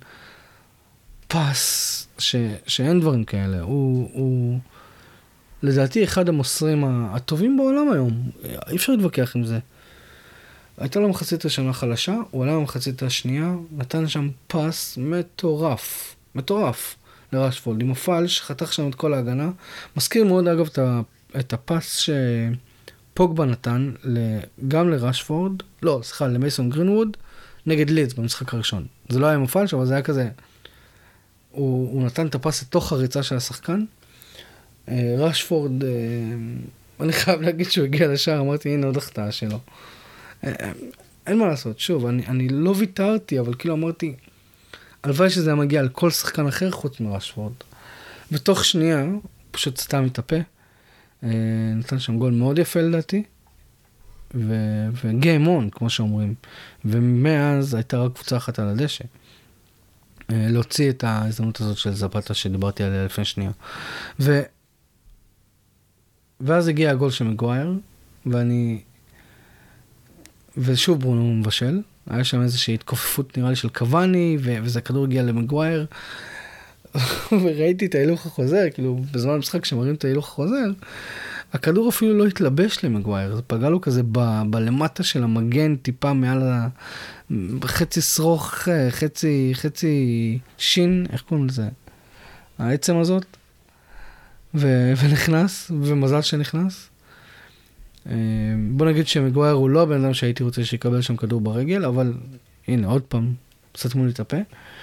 פס, ש... שאין דברים כאלה. הוא, הוא לדעתי אחד המוסרים הטובים בעולם היום. אי אפשר להתווכח עם זה. הייתה לו מחצית השנה חלשה, הוא עלה למחצית השנייה, נתן שם פס מטורף, מטורף, לרשפורד, עם הפעל שחתך שם את כל ההגנה. מזכיר מאוד אגב את, ה, את הפס שפוגבה נתן גם לרשפורד, לא, סליחה, למייסון גרינווד, נגד לידס במשחק הראשון. זה לא היה מפעל שם, אבל זה היה כזה, הוא, הוא נתן את הפס לתוך הריצה של השחקן. רשפורד, אני חייב להגיד שהוא הגיע לשער, אמרתי, הנה עוד החטאה שלו. אין מה לעשות, שוב, אני, אני לא ויתרתי, אבל כאילו אמרתי, הלוואי שזה היה מגיע על כל שחקן אחר חוץ מרשפורד. בתוך שנייה, פשוט סתם מתאפה, נתן שם גול מאוד יפה לדעתי, וגיים און, כמו שאומרים. ומאז הייתה רק קבוצה אחת על הדשא. להוציא את ההזדמנות הזאת של זפתה שדיברתי עליה לפני שנייה. ו... ואז הגיע הגול של מגווייר, ואני... ושוב ברונו מבשל. היה שם איזושהי התכופפות נראה לי של קוואני, ו... וזה כדור הגיע למגווייר. וראיתי את ההילוך החוזר, כאילו בזמן המשחק שמראים את ההילוך החוזר, הכדור אפילו לא התלבש למגווייר, זה פגע לו כזה ב... בלמטה של המגן, טיפה מעל ה... חצי שרוך, חצי, חצי שין, איך קוראים לזה? העצם הזאת. ו... ונכנס, ומזל שנכנס. בוא נגיד שמגווייר הוא לא הבן אדם שהייתי רוצה שיקבל שם כדור ברגל, אבל הנה, עוד פעם, סתמו לי את הפה.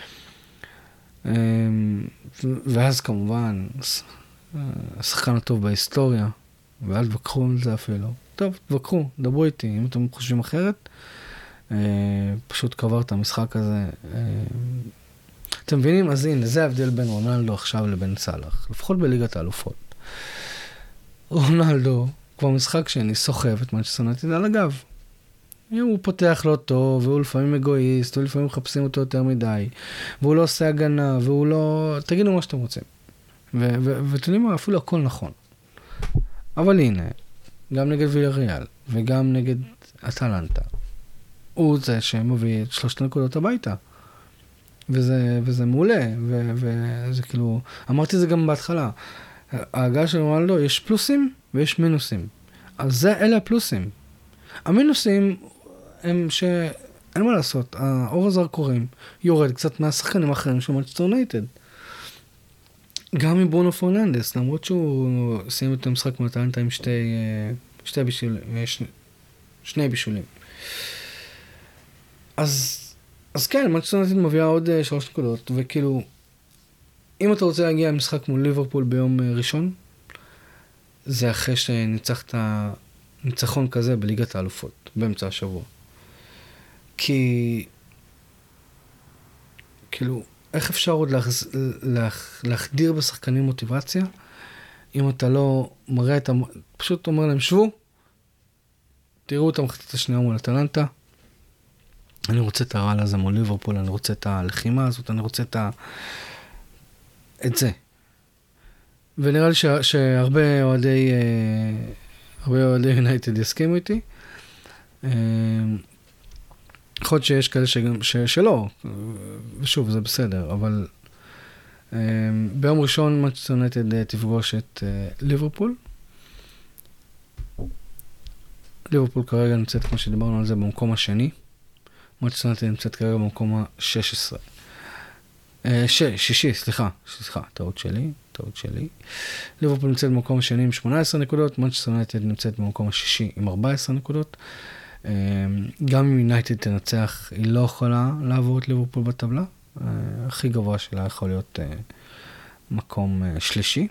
ואז כמובן, השחקן הטוב בהיסטוריה, ואל תבקחו על זה אפילו. טוב, תבקחו, דברו איתי, אם אתם חושבים אחרת, פשוט קבר את המשחק הזה. אתם מבינים? אז הנה, זה ההבדל בין רונלדו עכשיו לבין סלאח, לפחות בליגת האלופות. רונלדו, כבר משחק שאני סוחב את מנצ'סטר יונייטד על הגב. הוא פותח לא טוב, והוא לפעמים אגואיסט, ולפעמים מחפשים אותו יותר מדי, והוא לא עושה הגנה, והוא לא... תגידו מה שאתם רוצים. ואתם יודעים מה, אפילו הכל נכון. אבל הנה, גם נגד ויאריאל, וגם נגד אטלנטה, הוא זה שמביא את שלושת הנקודות הביתה. וזה, וזה מעולה, ו, וזה כאילו... אמרתי זה גם בהתחלה. ההגעה של רונלדו, יש פלוסים ויש מינוסים. אז זה, אלה הפלוסים. המינוסים הם שאין מה לעשות, האור הזרקורים יורד קצת מהשחקנים האחרים של מנצ'סטר יונייטד. גם מברונו פרננדס, למרות שהוא סיים את המשחק מאטלנטה עם שתי, שתי בישולים, שני, שני בישולים. אז, אז כן, מנצ'סטר יונייטד מביאה עוד שלוש נקודות, וכאילו, אם אתה רוצה להגיע למשחק מול ליברפול ביום ראשון, זה אחרי שניצחת ניצחון כזה בליגת האלופות, באמצע השבוע. כי, כאילו, איך אפשר עוד להחז... להח... להחדיר בשחקנים מוטיבציה, אם אתה לא מראה את... המ... פשוט אומר להם, שבו, תראו את המחצית השנייה מול אטלנטה, אני רוצה את הרעל הזה מול ליברפול, אני רוצה את הלחימה הזאת, אני רוצה את ה... את זה. ונראה לי ש... שהרבה אוהדי... הרבה אוהדי יונייטד יסכימו איתי. יכול להיות שיש כאלה שגם, ש, שלא, ושוב, זה בסדר, אבל ביום ראשון מנצ'סטר יונייטד תפגוש את ליברפול. ליברפול כרגע נמצאת, כמו שדיברנו על זה, במקום השני. מנצ'סטר יונייטד נמצאת כרגע במקום ה-שש עשרה. ש, שישי, סליחה, סליחה, טעות שלי, טעות שלי. ליברפול נמצאת במקום השני עם שמונה עשרה נקודות, מנצ'סטר יונייטד נמצאת במקום השישי עם ארבע עשרה נקודות. גם אם יונייטד תנצח, היא לא יכולה לעבור את ליברפול בטבלה. הכי גבוה שלה יכול להיות מקום שלישי.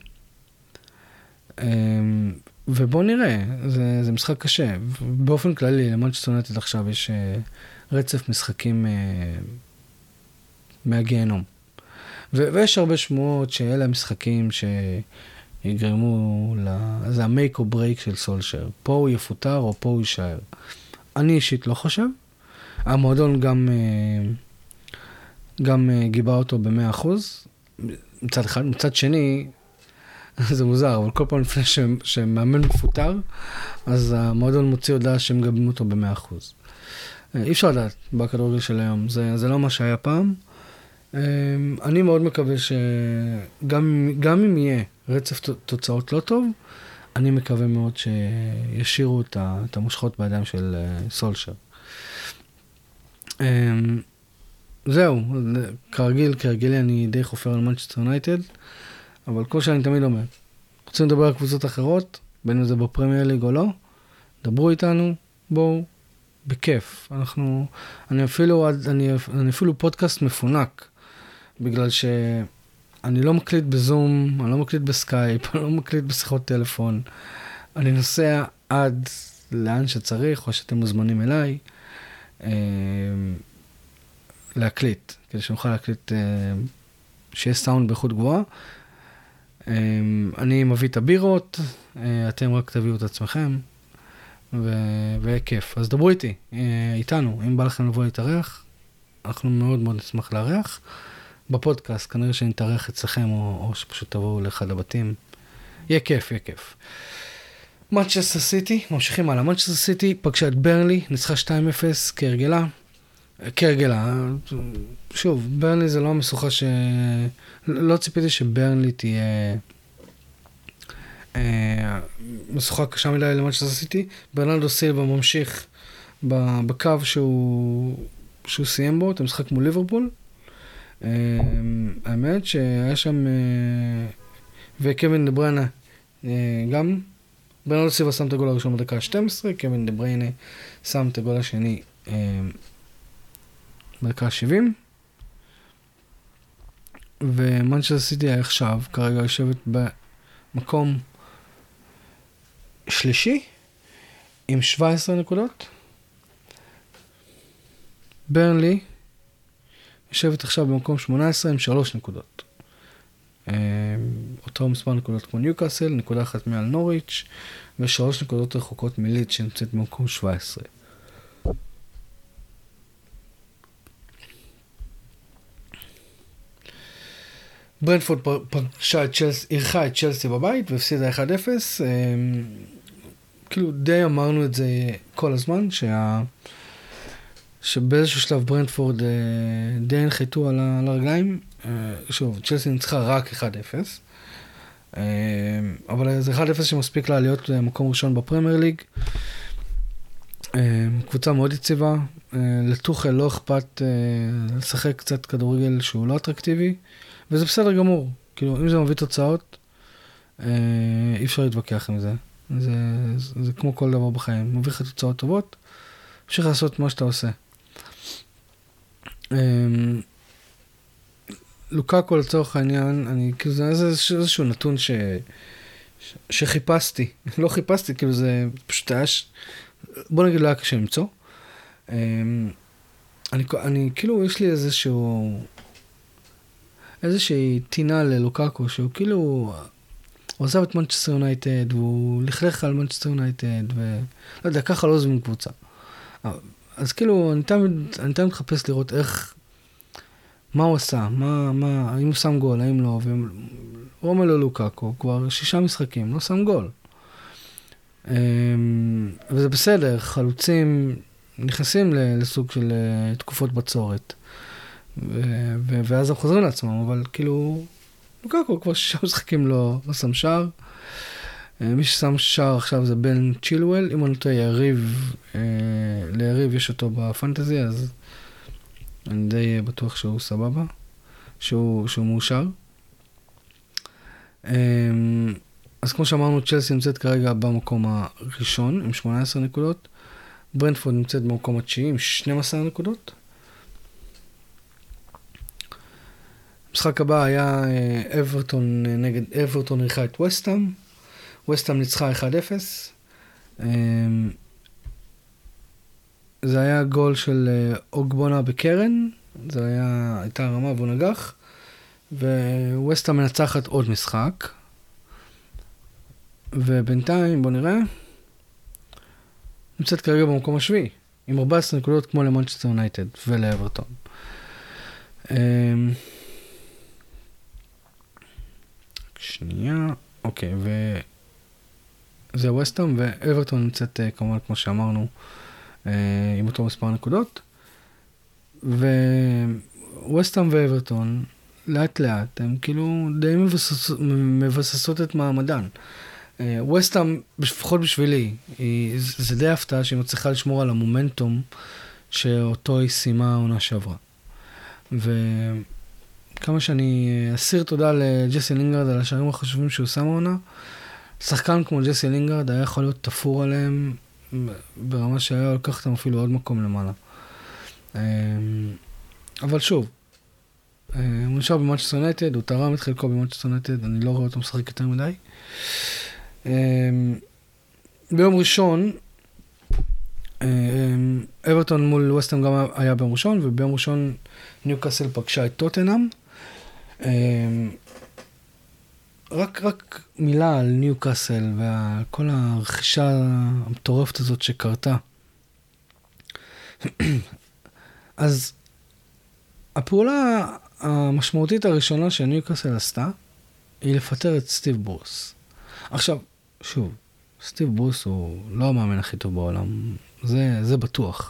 ובואו נראה, זה, זה משחק קשה. באופן כללי, למנצ'סטר יונייטד עכשיו יש רצף משחקים מהגיהנום. ו- ויש הרבה שמועות שאלה המשחקים שיגרמו, ל- זה המייק או ברייק של סולשר. פה הוא יפוטר או פה הוא יישאר. אני אישית לא חושב. המועדון גם, גם גיבה אותו ב-מאה אחוז. מצד אחד, מצד שני, זה מוזר, אבל כל פעם לפני שמאמן מפוטר, אז המועדון מוציא הודעה שהם גבים אותו ב-מאה אחוז. אי אפשר לדעת בכדורגל של היום. זה, זה לא מה שהיה פעם. אני מאוד מקווה שגם גם אם יהיה רצף תוצאות לא טוב, אני מקווה מאוד שישירו את המושכות בידיים של סולשר. זהו, כרגיל, כרגילי אני די חופר על מנצ'סטר יונייטד, אבל כמו שאני תמיד אומר, רוצים לדבר על קבוצות אחרות, בין אם זה בפרמייר ליג או לא, דברו איתנו, בואו, בכיף. אנחנו, אני אפילו, אני, אני אפילו פודקאסט מפונק, בגלל שאני לא מקליט בזום, אני לא מקליט בסקייפ, אני לא מקליט בשיחות טלפון, אני נוסע עד לאן שצריך, או שאתם מוזמנים אליי, אה, להקליט, כדי שנוכל להקליט, אה, שיהיה סאונד באיכות גבוהה. אה, אני מביא את הבירות, אה, אתם רק תביאו את עצמכם, ו- ויהיה כיף. אז דברו איתי, אה, איתנו, אם בא לכם לבוא להתארח, אנחנו מאוד מאוד נשמח לארח. בפודקאסט, כנראה שנתארח אצלכם, או, או שפשוט תבואו לאחד הבתים. יהיה כיף, יהיה כיף. מנצ'סטר סיטי, ממשיכים הלאה. מנצ'סטר סיטי פגשה את ברנלי, ניצחה שתיים אפס כהרגלה. כהרגלה, שוב, ברנלי זה לא המשוכה ש... לא ציפיתי שברנלי תהיה אה, משוכה קשה מדי למנצ'סטר סיטי. ברנרדו סילבה ממשיך בקו שהוא, שהוא סיים בו, את המשחק מול ליברפול. אה, האמת שהיה שם... אה, וקווין דה בריינה אה, גם... ברנרדו סילבה שם את הגול הראשון בדקה ה-שתים עשרה, קווין דה בריינה שם את הגול השני אה, בדקה ה-שבעים. ומנצ'סטר סיטי עכשיו, כרגע יושבת במקום שלישי, עם שבע עשרה נקודות. ברנלי יושבת עכשיו במקום שמונה עשרה עם שלוש נקודות. אותו מספר נקודות כמו ניוקאסל, נקודה אחת מעל נוריץ' ושלוש נקודות רחוקות מלידס שנמצאת במקום שבע עשרה. ברנפורד פגשה את צ'לסי, אירחה את צ'לסי בבית והפסידה אחד אפס. כאילו די אמרנו את זה כל הזמן, שה... שבאיזשהו שלב ברנפורד די הנחתו על הרגליים. שוב, צ'לסי ניצחה רק אחד אפס. אבל זה אחד אפס שמספיק לה להיות מקום ראשון בפרמייר ליג. קבוצה מאוד יציבה. לטוחל לא אכפת לשחק קצת כדורגל שהוא לא אטרקטיבי. וזה בסדר גמור. כאילו, אם זה מביא תוצאות, אי אפשר להתווכח עם זה. זה, זה, זה כמו כל דבר בחיים. מביא לך תוצאות טובות, אפשר לעשות מה שאתה עושה. לוקאקו לצורך העניין, אני, כאילו, זה איזשהו, איזשהו נתון ש, ש, שחיפשתי. לא חיפשתי, כאילו זה פשוט היה, ש... בוא נגיד לא היה קשה למצוא. אני, אני, כאילו, יש לי איזשהו, איזושהי טינה ללוקאקו, שהוא כאילו, הוא עזב את מנצ'סטר יונייטד, והוא לכלך על מנצ'סטר יונייטד, ולא יודע, ככה לא עוזבים קבוצה. אז כאילו, אני תמיד, אני תמיד מחפש לראות איך, מה הוא עשה, מה, מה, האם הוא שם גול, האם לא, ורומלו לוקאקו, כבר שישה משחקים, לא שם גול. וזה בסדר, חלוצים נכנסים לסוג של תקופות בצורת, ו- ו- ואז הם חוזרים לעצמם, אבל כאילו, לוקאקו כבר שישה משחקים לא, לא שם שער. מי ששם שער עכשיו זה בן צ'ילואל, אם אני נוטה יריב, אה, ליריב יש אותו בפנטזי, אז אני די בטוח שהוא סבבה, שהוא, שהוא מאושר. אה, אז כמו שאמרנו, צ'לסי נמצאת כרגע במקום הראשון עם שמונה עשרה נקודות, ברנטפורד נמצאת במקום התשיעי עם שתים עשרה נקודות. המשחק הבא היה אברטון נגד אברטון אירחה את וסטהאם. וסטהאם ניצחה אחד אפס. זה היה גול של אוגבונה בקרן. זה היה, הייתה רמה והוא נגח. וווסטהאם מנצחת עוד משחק. ובינתיים, בוא נראה. נמצאת כרגע במקום השביעי. עם ארבע עשרה נקודות כמו למנצ'סטר יונייטד ולאברטון. שנייה. אוקיי, ו... זה ווסטהאם, ואברטון נמצאת כמובן כמו שאמרנו עם אותו מספר נקודות, וווסטהאם ואברטון לאט לאט הם כאילו די מבסס... מבססות את מעמדן. ווסטהאם, לפחות בשבילי, היא... זה די הפתעה שהיא מצליחה לשמור על המומנטום שאותו היא סיימה העונה שעברה. וכמה שאני אסיר תודה לג'סי לינגרד על השערים החשובים שהוא שם עונה, שחקן כמו ג'סי לינגרד היה יכול להיות תפור עליהם ברמה שהיה לקח אותם אפילו עוד מקום למעלה. אבל שוב, הוא נשאר במנצ'סטר יונייטד, הוא תרם את חלקו במנצ'סטר יונייטד, אני לא רואה אותו משחק יותר מדי. ביום ראשון, אברטון מול ווסטהאם גם היה ביום ראשון, וביום ראשון ניוקאסל פגשה את טוטנהאם. רק, רק מילה על ניוקאסל וכל הרכישה המטורפת הזאת שקרתה. אז הפעולה המשמעותית הראשונה שניוקאסל עשתה היא לפטר את סטיב ברוס. עכשיו, שוב, סטיב ברוס הוא לא המאמן הכי טוב בעולם, זה, זה בטוח.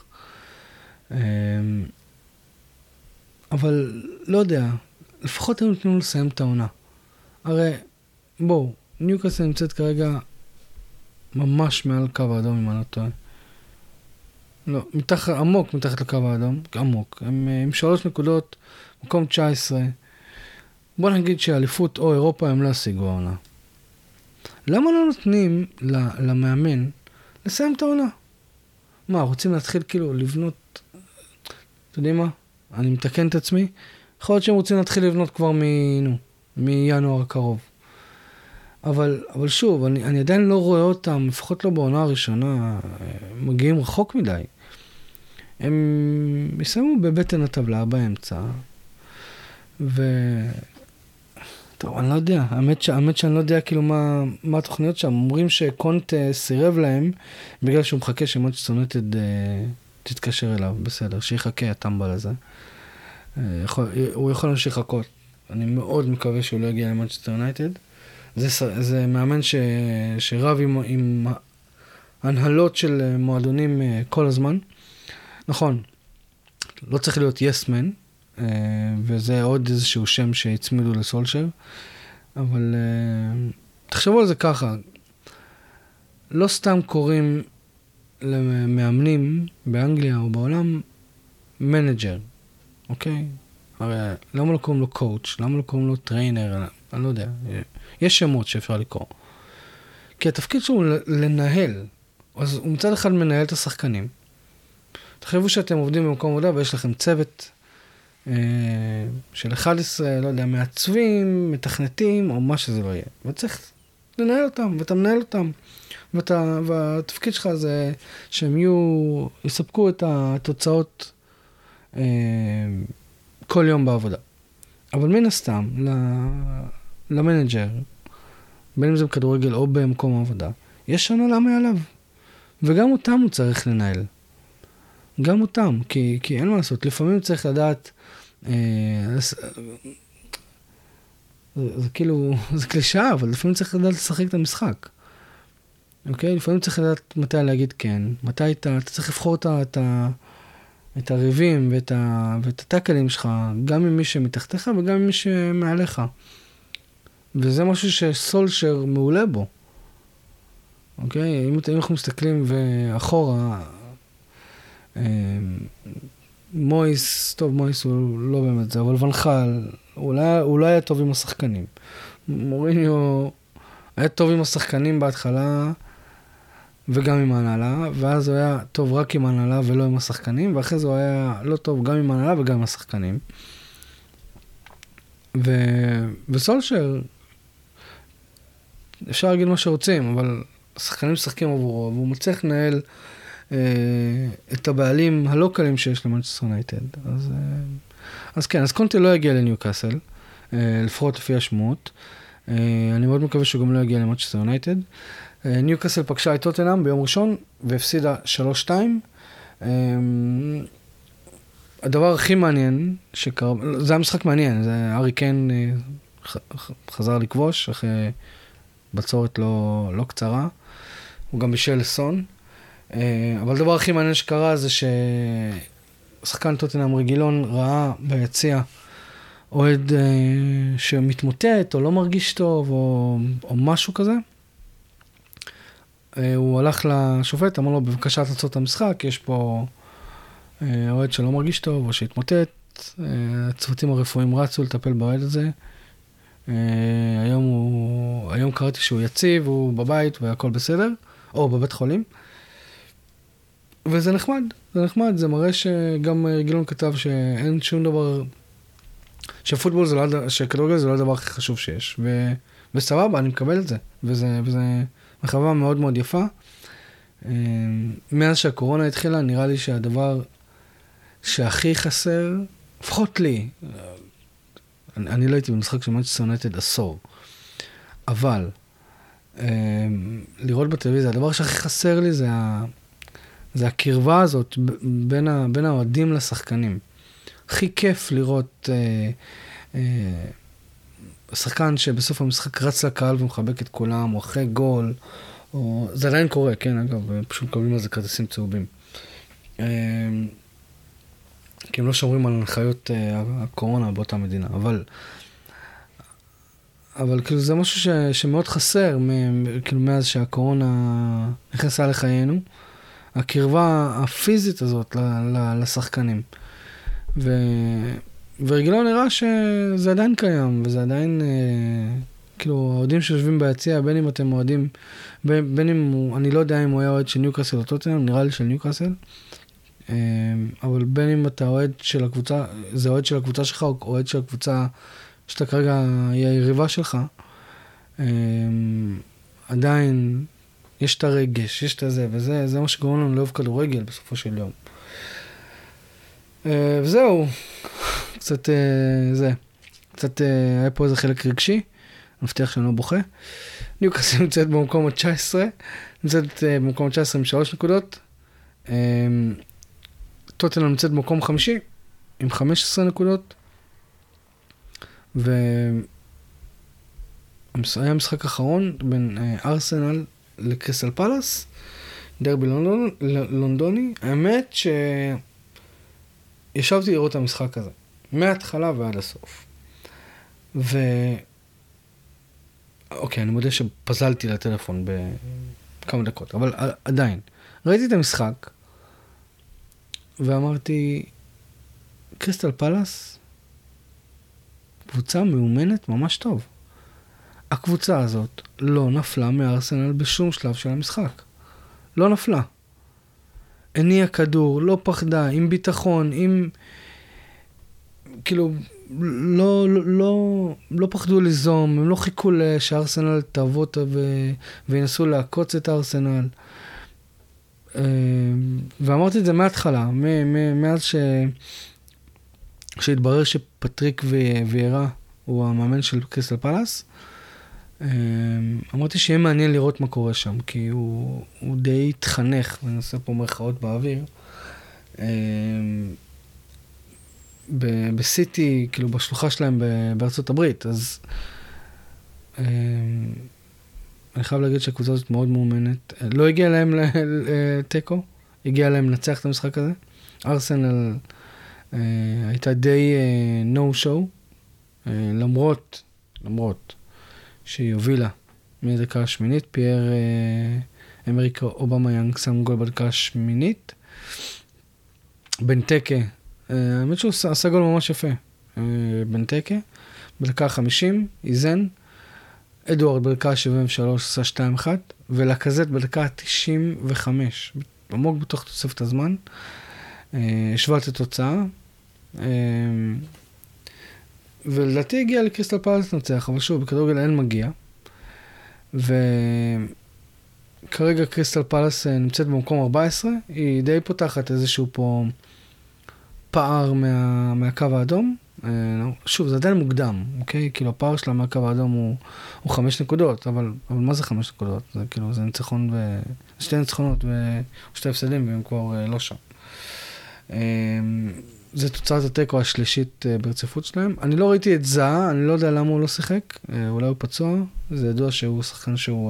אבל לא יודע, לפחות הם נתנו לסיים את העונה. הרי, בואו, ניוקאסל נמצאת כרגע ממש מעל קו האדום, אם אני לא טועה. לא, מתחת, עמוק מתחת לקו האדום, עמוק. הם עם שלוש נקודות, מקום תשע עשרה. בוא נגיד שהאליפות או אירופה הם לא השיגו העונה. למה לא נותנים למאמן לסיים את העונה? מה, רוצים להתחיל כאילו לבנות, אתה יודעים מה? אני מתקן את עצמי. יכול להיות שהם רוצים להתחיל לבנות כבר מ, נו, מינואר הקרוב. אבל, אבל שוב, אני, אני עדיין לא רואה אותם, לפחות לא בעונה הראשונה, מגיעים רחוק מדי. הם יסיימו בבטן הטבלה באמצע, ו... טוב, אני לא יודע, האמת, ש... האמת שאני לא יודע כאילו מה, מה התוכניות שם. אומרים שקונט סירב להם, בגלל שהוא מחכה שמנצ'סטר יונייטד תתקשר אליו, בסדר, שיחכה הטמבל הזה. יכול, הוא יכול להמשיך לחכות. אני מאוד מקווה שהוא לא יגיע למנצ'סטר יונייטד. זה, זה מאמן ש, שרב עם, עם הנהלות של מועדונים כל הזמן. נכון, לא צריך להיות יסמן, וזה עוד איזשהו שם שהצמידו לסולשר, אבל תחשבו על זה ככה, לא סתם קוראים למאמנים באנגליה או בעולם מנג'ר, אוקיי? הרי למה לא קוראים לו קואוץ'? למה לא קוראים לו טריינר? אני לא יודע. יש שמות שאפשר לקרוא. כי התפקיד שלו הוא לנהל. אז הוא מצד אחד מנהל את השחקנים. תחשבו שאתם עובדים במקום עבודה ויש לכם צוות אה, של אחד עשר, לא יודע, מעצבים, מתכנתים, או מה שזה לא יהיה. וצריך לנהל אותם, ואתה מנהל אותם. ואתה, והתפקיד שלך זה שהם יהיו, יספקו את התוצאות אה, כל יום בעבודה. אבל מן הסתם, למנג'ר, בין אם זה בכדורגל או במקום העבודה, יש הנהלה מעליו. וגם אותם הוא צריך לנהל. גם אותם, כי, כי אין מה לעשות. לפעמים צריך לדעת, אה, זה, זה כאילו, זה קלישה, אבל לפעמים צריך לדעת לשחק את המשחק. אוקיי? לפעמים צריך לדעת מתי להגיד כן, מתי אתה, אתה צריך לבחור את, את, את הריבים ואת, ה, ואת הטאקלים שלך, גם ממי שמתחתיך וגם ממי שמעליך. וזה משהו שסולשר מעולה בו. אוקיי? אם, אם אנחנו מסתכלים ואחורה, מויס, טוב, מויס הוא לא באמת זה, אבל ונחל, אולי, אולי היה טוב עם השחקנים. מוריניו היה טוב עם השחקנים בהתחלה, וגם עם ההנהלה, ואז הוא היה טוב רק עם ההנהלה ולא עם השחקנים, ואחרי זה הוא היה לא טוב גם עם ההנהלה וגם עם השחקנים. ו... וסולשר, אפשר להגיד מה שרוצים, אבל השחקנים משחקים עבורו, והוא מצליח לנהל אה, את הבעלים הלא קלים שיש למנצ'סטר יונייטד. אז, אה, אז כן, אז קונטה לא יגיע לניוקאסל, אה, לפחות לפי השמועות. אה, אני מאוד מקווה שהוא גם לא יגיע למנצ'סטר יונייטד. אה, ניוקאסל פגשה את טוטנהאם ביום ראשון, והפסידה שלוש שתיים. אה, הדבר הכי מעניין שקרה, זה היה משחק מעניין, זה ארי קיין אה, חזר לכבוש אחרי בצורת לא, לא קצרה, הוא גם בישל לסון, אבל הדבר הכי מעניין שקרה זה ששחקן טוטנהאם רגילון ראה ביציע אוהד שמתמוטט או לא מרגיש טוב או, או משהו כזה. הוא הלך לשופט, אמר לו בבקשה תעצור את המשחק, יש פה אוהד שלא מרגיש טוב או שהתמוטט, הצוותים הרפואיים רצו לטפל באוהד הזה. היום הוא, היום קראתי שהוא יציב, הוא בבית והכל בסדר, או בבית חולים. וזה נחמד, זה נחמד, זה מראה שגם רגילון כתב שאין שום דבר, שפוטבול זה לא, שכדורגל זה לא הדבר הכי חשוב שיש. ו, וסבבה, אני מקבל את זה. וזה, וזה מחווה מאוד מאוד יפה. מאז שהקורונה התחילה, נראה לי שהדבר שהכי חסר, לפחות לי, אני, אני לא הייתי במשחק של מנצ'סטר יונייטד עשור, אבל לראות בטלוויזיה, הדבר שהכי חסר לי זה, ה, זה הקרבה הזאת בין, ה, בין האוהדים לשחקנים. הכי כיף לראות אה, אה, שחקן שבסוף המשחק רץ לקהל ומחבק את כולם, או אחרי גול, או... זה עדיין קורה, כן, אגב, פשוט מקבלים על זה כרטיסים צהובים. אה, כי הם לא שומרים על הנחיות אה, הקורונה באותה מדינה, אבל... אבל כאילו זה משהו ש, שמאוד חסר, מ, כאילו מאז שהקורונה נכנסה לחיינו, הקרבה הפיזית הזאת ל, ל, לשחקנים. ו... ורגילו נראה שזה עדיין קיים, וזה עדיין, אה, כאילו, האוהדים שיושבים ביציע, בין אם אתם אוהדים, בין, בין אם הוא, אני לא יודע אם הוא היה אוהד של ניוקאסל או טוטנהאם, נראה לי של ניוקאסל, אה, אבל בין אם אתה אוהד של הקבוצה, זה אוהד של הקבוצה שלך, או אוהד של הקבוצה שאתה כרגע היא היריבה שלך, אה, עדיין יש את הרגש, יש את הזה, וזה זה מה שגורם לנו לאהוב כדורגל בסופו של יום. וזהו, קצת זה, קצת היה פה איזה חלק רגשי, מבטיח שאני לא בוכה. ניוקאסל נמצאת במקום ה-תשע עשרה, נמצאת במקום ה-תשע עשרה עם שלוש נקודות, טוטנהאם נמצאת במקום חמישי עם חמש עשרה נקודות, והיה משחק אחרון בין ארסנל לקריסטל פלאס, דרבי לונדוני. האמת ש... ישבתי לראות את המשחק הזה, מההתחלה ועד הסוף. ו... אוקיי, אני מודה שפזלתי לטלפון בכמה דקות, אבל עדיין. ראיתי את המשחק, ואמרתי, קריסטל פלאס, קבוצה מאומנת ממש טוב. הקבוצה הזאת לא נפלה מארסנל בשום שלב של המשחק. לא נפלה. הניע כדור, לא פחדה, עם ביטחון, עם... כאילו, לא, לא, לא, לא פחדו ליזום, הם לא חיכו שארסנל תעבוד ו... וינסו לעקוץ את הארסנל. ואמרתי את זה מההתחלה, מאז ש... שהתברר שפטריק ויירה הוא המאמן של קריסטל פלאס, אמרתי שיהיה מעניין לראות מה קורה שם, כי הוא, הוא די התחנך, ואני עושה פה מרכאות באוויר, בסיטי, כאילו בשלוחה שלהם בארצות הברית, אז אני חייב להגיד שהקבוצה הזאת מאוד מאומנת. לא הגיע להם לטקו, הגיע להם לנצח את המשחק הזה. ארסנל הייתה די no show, למרות, למרות, שהיא הובילה מדקה השמינית, פייר אמריק אובמה יאנג שם גול בדקה השמינית. בנטקה, האמת שהוא עשה גול ממש יפה. בנטקה, בדקה החמישים, איזן. אדוארד בדקה שבעים ושלוש עשה שתיים אחת, ולקזט בדקה תשעים וחמש, עמוק בתוך תוספת הזמן. השווה את התוצאה. ולדעתי הגיע לקריסטל פלאס לנצח, אבל שוב, בכדורגל אין מגיע. וכרגע קריסטל פלאס נמצאת במקום ארבע עשרה, היא די פותחת איזשהו פה פער מה, מהקו האדום. שוב, זה עדיין מוקדם, אוקיי? כאילו הפער שלה מהקו האדום הוא, הוא חמש נקודות, אבל, אבל מה זה חמש נקודות? זה כאילו, זה ניצחון ו... שתי ניצחונות ושתי הפסדים, והם כבר לא שם. זה תוצאת הטקו השלישית ברציפות שלהם. אני לא ראיתי את זה, אני לא יודע למה הוא לא שיחק, אולי הוא פצוע, זה ידוע שהוא שחקן שהוא,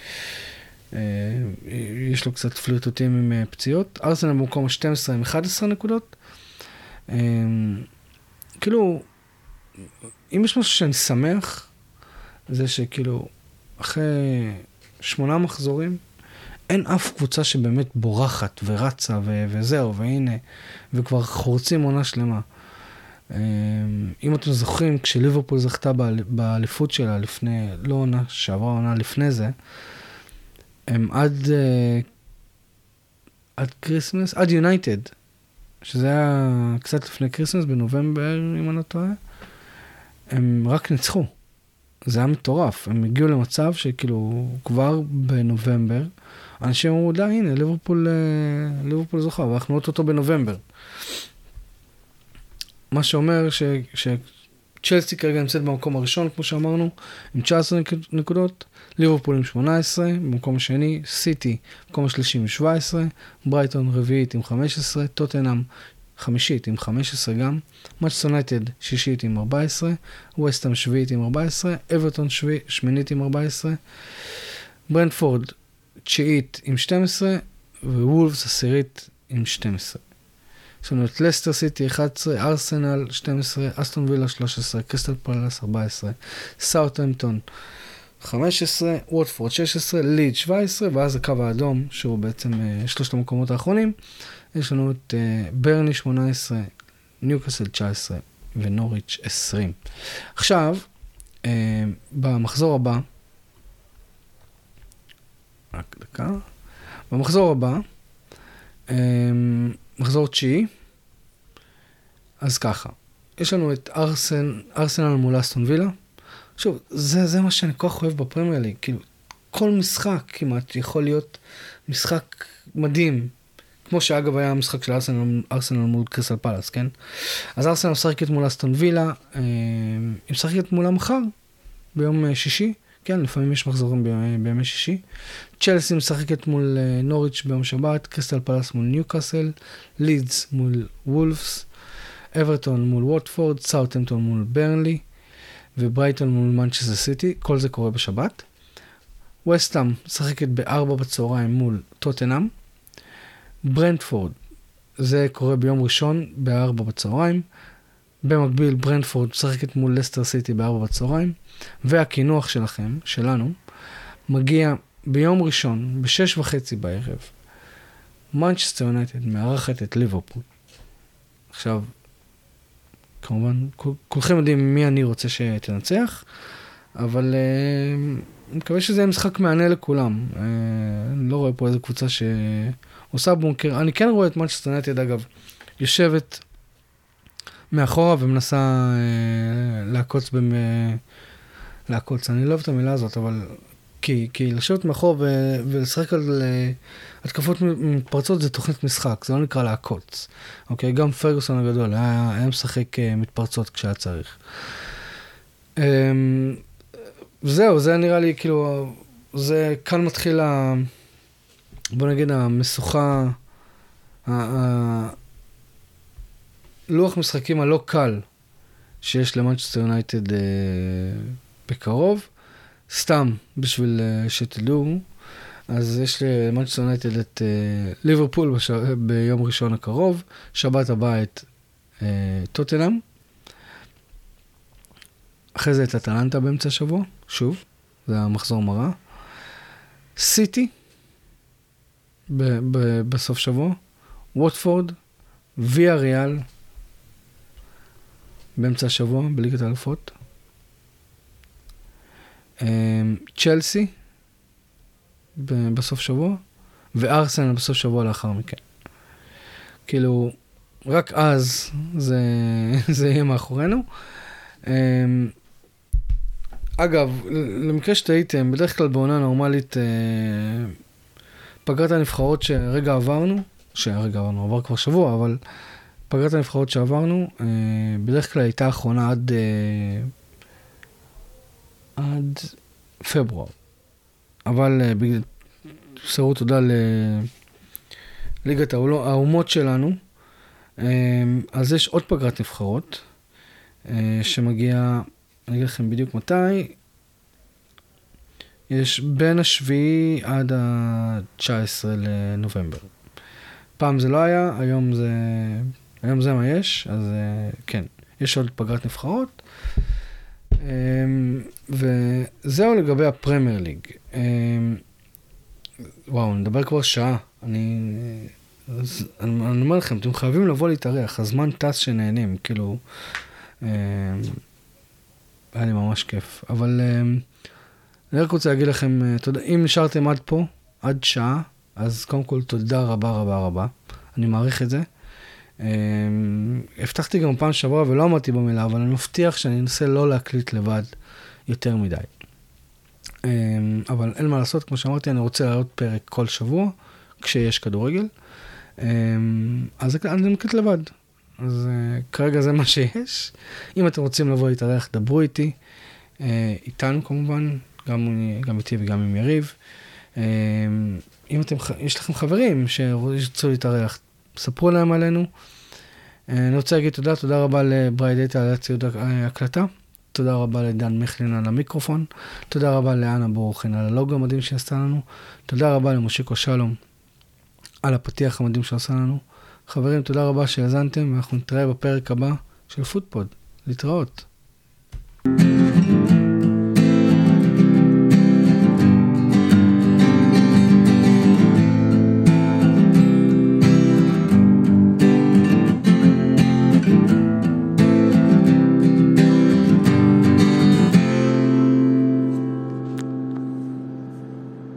יש לו קצת פלירטוטים עם פציעות. ארסנל במקום שתים עשרה עם אחת עשרה נקודות. כאילו, אם יש משהו שאני שמח, זה שכאילו, אחרי שמונה מחזורים, אין אף קבוצה שבאמת בורחת ורצה ו- וזהו, והנה, וכבר חורצים עונה שלמה. אם אתם זוכרים, כשליברפול זכתה באליפות שלה לפני, לא עונה שעברה עונה לפני זה, הם עד, עד קריסמס, עד יונייטד, שזה היה קצת לפני קריסמס, בנובמבר, אם אני לא טועה, הם רק ניצחו. זה היה מטורף. הם הגיעו למצב שכאילו כבר בנובמבר, אנשים אמרו, די, הנה, ליברפול, ליברפול זוכה, ואנחנו נראות אותו בנובמבר. מה שאומר ש, שצ'לסי כרגע נמצאת במקום הראשון, כמו שאמרנו, עם תשע עשרה נקודות, ליברפול עם שמונה עשרה, במקום השני, סיטי, במקום השלישי עם שבע עשרה, ברייטון רביעית עם חמש עשרה, טוטנהאם חמישית עם חמש עשרה גם, מנצ'סטר יונייטד שישית עם ארבע עשרה, וסטהאם שביעית עם ארבע עשרה, אברטון שביעית, שמינית עם ארבע עשרה, ברנטפורד תשיעית עם שתים עשרה, ווולפס עשירית עם שתים עשרה. יש לנו את לסטר סיטי אחת עשרה, ארסנל שתים עשרה, אסטון וילה שלוש עשרה, קריסטל פלאס ארבע עשרה, סאות'המפטון חמש עשרה, ווטפורד שש עשרה, ליד שבע עשרה, ואז הקו האדום, שהוא בעצם uh, שלושת המקומות האחרונים, יש לנו את uh, ברני שמונה עשרה, ניוקאסל תשע עשרה ונוריץ' עשרים. עכשיו, uh, במחזור הבא, רק דקה, במחזור הבא, um, מחזור תשיעי, אז ככה, יש לנו את ארסן, ארסנל מול אסטון וילה. שוב, זה, זה מה שאני כל כך אוהב בפרמייר ליג, כאילו, כל משחק כמעט יכול להיות משחק מדהים, כמו שאגב היה המשחק של ארסנל, ארסנל מול קריסטל פלאס, כן? אז ארסנל משחקת מול אסטון וילה, היא משחקת מולה מחר, ביום שישי, כן, לפעמים יש מחזורים בימי שישי. צ'לסי משחקת מול נוריץ' ביום שבת, קריסטל פלאס מול ניוקאסל, לידס מול וולפס, אברטון מול ווטפורד, סאות'המפטון מול ברנלי, וברייטון מול מנצ'סטר סיטי, כל זה קורה בשבת. וסטהאם משחקת בארבע בצהריים מול טוטנהאם. ברנטפורד, זה קורה ביום ראשון בארבע בצהריים. במקביל, ברנטפורד משחקת מול לסטר סיטי בארבע בצהריים. והכינוח שלכם, שלנו, מגיע ביום ראשון, בשש וחצי בערב. מנצ'סטר יונייטד מארחת את ליברפול. עכשיו, כמובן, כולכם יודעים מי אני רוצה שתנצח, אבל uh, אני מקווה שזה יהיה משחק מענה לכולם. Uh, אני לא רואה פה איזו קבוצה שעושה בונקר. אני כן רואה את מנצ'סטר יונייטד, אגב, יושבת מאחורה ומנסה uh, לעקוץ במ... לעקוץ, אני לא אוהב את המילה הזאת, אבל כי, כי לשבת מאחור ו... ולשחק על uh, התקפות מתפרצות זה תוכנית משחק, זה לא נקרא לעקוץ. אוקיי, גם פרגוסון הגדול היה, היה משחק uh, מתפרצות כשהיה צריך. Um, זהו, זה נראה לי כאילו, זה כאן מתחיל ה... בוא נגיד המשוכה, ה... ה... לוח משחקים הלא קל שיש למנצ'סטר יונייטד uh, בקרוב, סתם בשביל uh, שתדעו, אז יש למנצ'סטר יונייטד את uh, ליברפול בש... ביום ראשון הקרוב, שבת הבא את uh, טוטנהאם, אחרי זה את אטלנטה באמצע השבוע, שוב, זה המחזור מראה, סיטי ב- ב- בסוף שבוע, ווטפורד, ויה ריאל באמצע השבוע בליגת האלופות, צ'לסי בסוף שבוע, וארסנל בסוף שבוע לאחר מכן. כאילו, רק אז זה, זה יהיה מאחורינו. אגב, למקרה שתהייתם, בדרך כלל בעונה נורמלית, פגרת הנבחרות שהרגע עברנו, שהרגע עברנו, עבר כבר שבוע, אבל פגרת הנבחרות שעברנו, בדרך כלל הייתה האחרונה עד, עד פברואר. אבל בסירו תודה לליגת האומות שלנו, אז יש עוד פגרת נבחרות, שמגיע, אני אגיד לכם בדיוק מתי, יש בין השביעי עד ה-תשע עשרה לנובמבר. פעם זה לא היה, היום זה, היום זה מה יש, אז כן, יש עוד פגרת נבחרות. וזהו לגבי הפרמייר ליג. וואו, נדבר כבר שעה. אני אז אני, אני אומר לכם, אתם חייבים לבוא להתארח, הזמן טס שנהנים, כאילו, אה, היה לי ממש כיף. אבל אה, אני רק רוצה להגיד לכם, אה, תודה, אם נשארתם עד פה, עד שעה, אז קודם כל תודה רבה רבה רבה, אני מעריך את זה. אה, הבטחתי גם פעם שעברה ולא אמרתי במילה, אבל אני מבטיח שאני אנסה לא להקליט לבד יותר מדי. אה, אבל אין מה לעשות, כמו שאמרתי, אני רוצה לעלות פרק כל שבוע, כשיש כדורגל. אז אני מקליט לבד. אז כרגע זה מה שיש. אם אתם רוצים לבוא להתארח, דברו איתי. איתנו כמובן, גם, גם איתי וגם עם יריב. אם אתם, יש לכם חברים שרצו להתארח, ספרו להם עלינו. אני רוצה להגיד תודה, תודה רבה לבריידטה על הציוד ההקלטה. תודה רבה לדן מחלין על המיקרופון. תודה רבה לאנה ברוכן על הלוגו המדהים שעשתה לנו. תודה רבה למושיקו שלום על הפתיח המדהים שעשה לנו. חברים, תודה רבה שהאזנתם, ואנחנו נתראה בפרק הבא של פוטפוד. להתראות.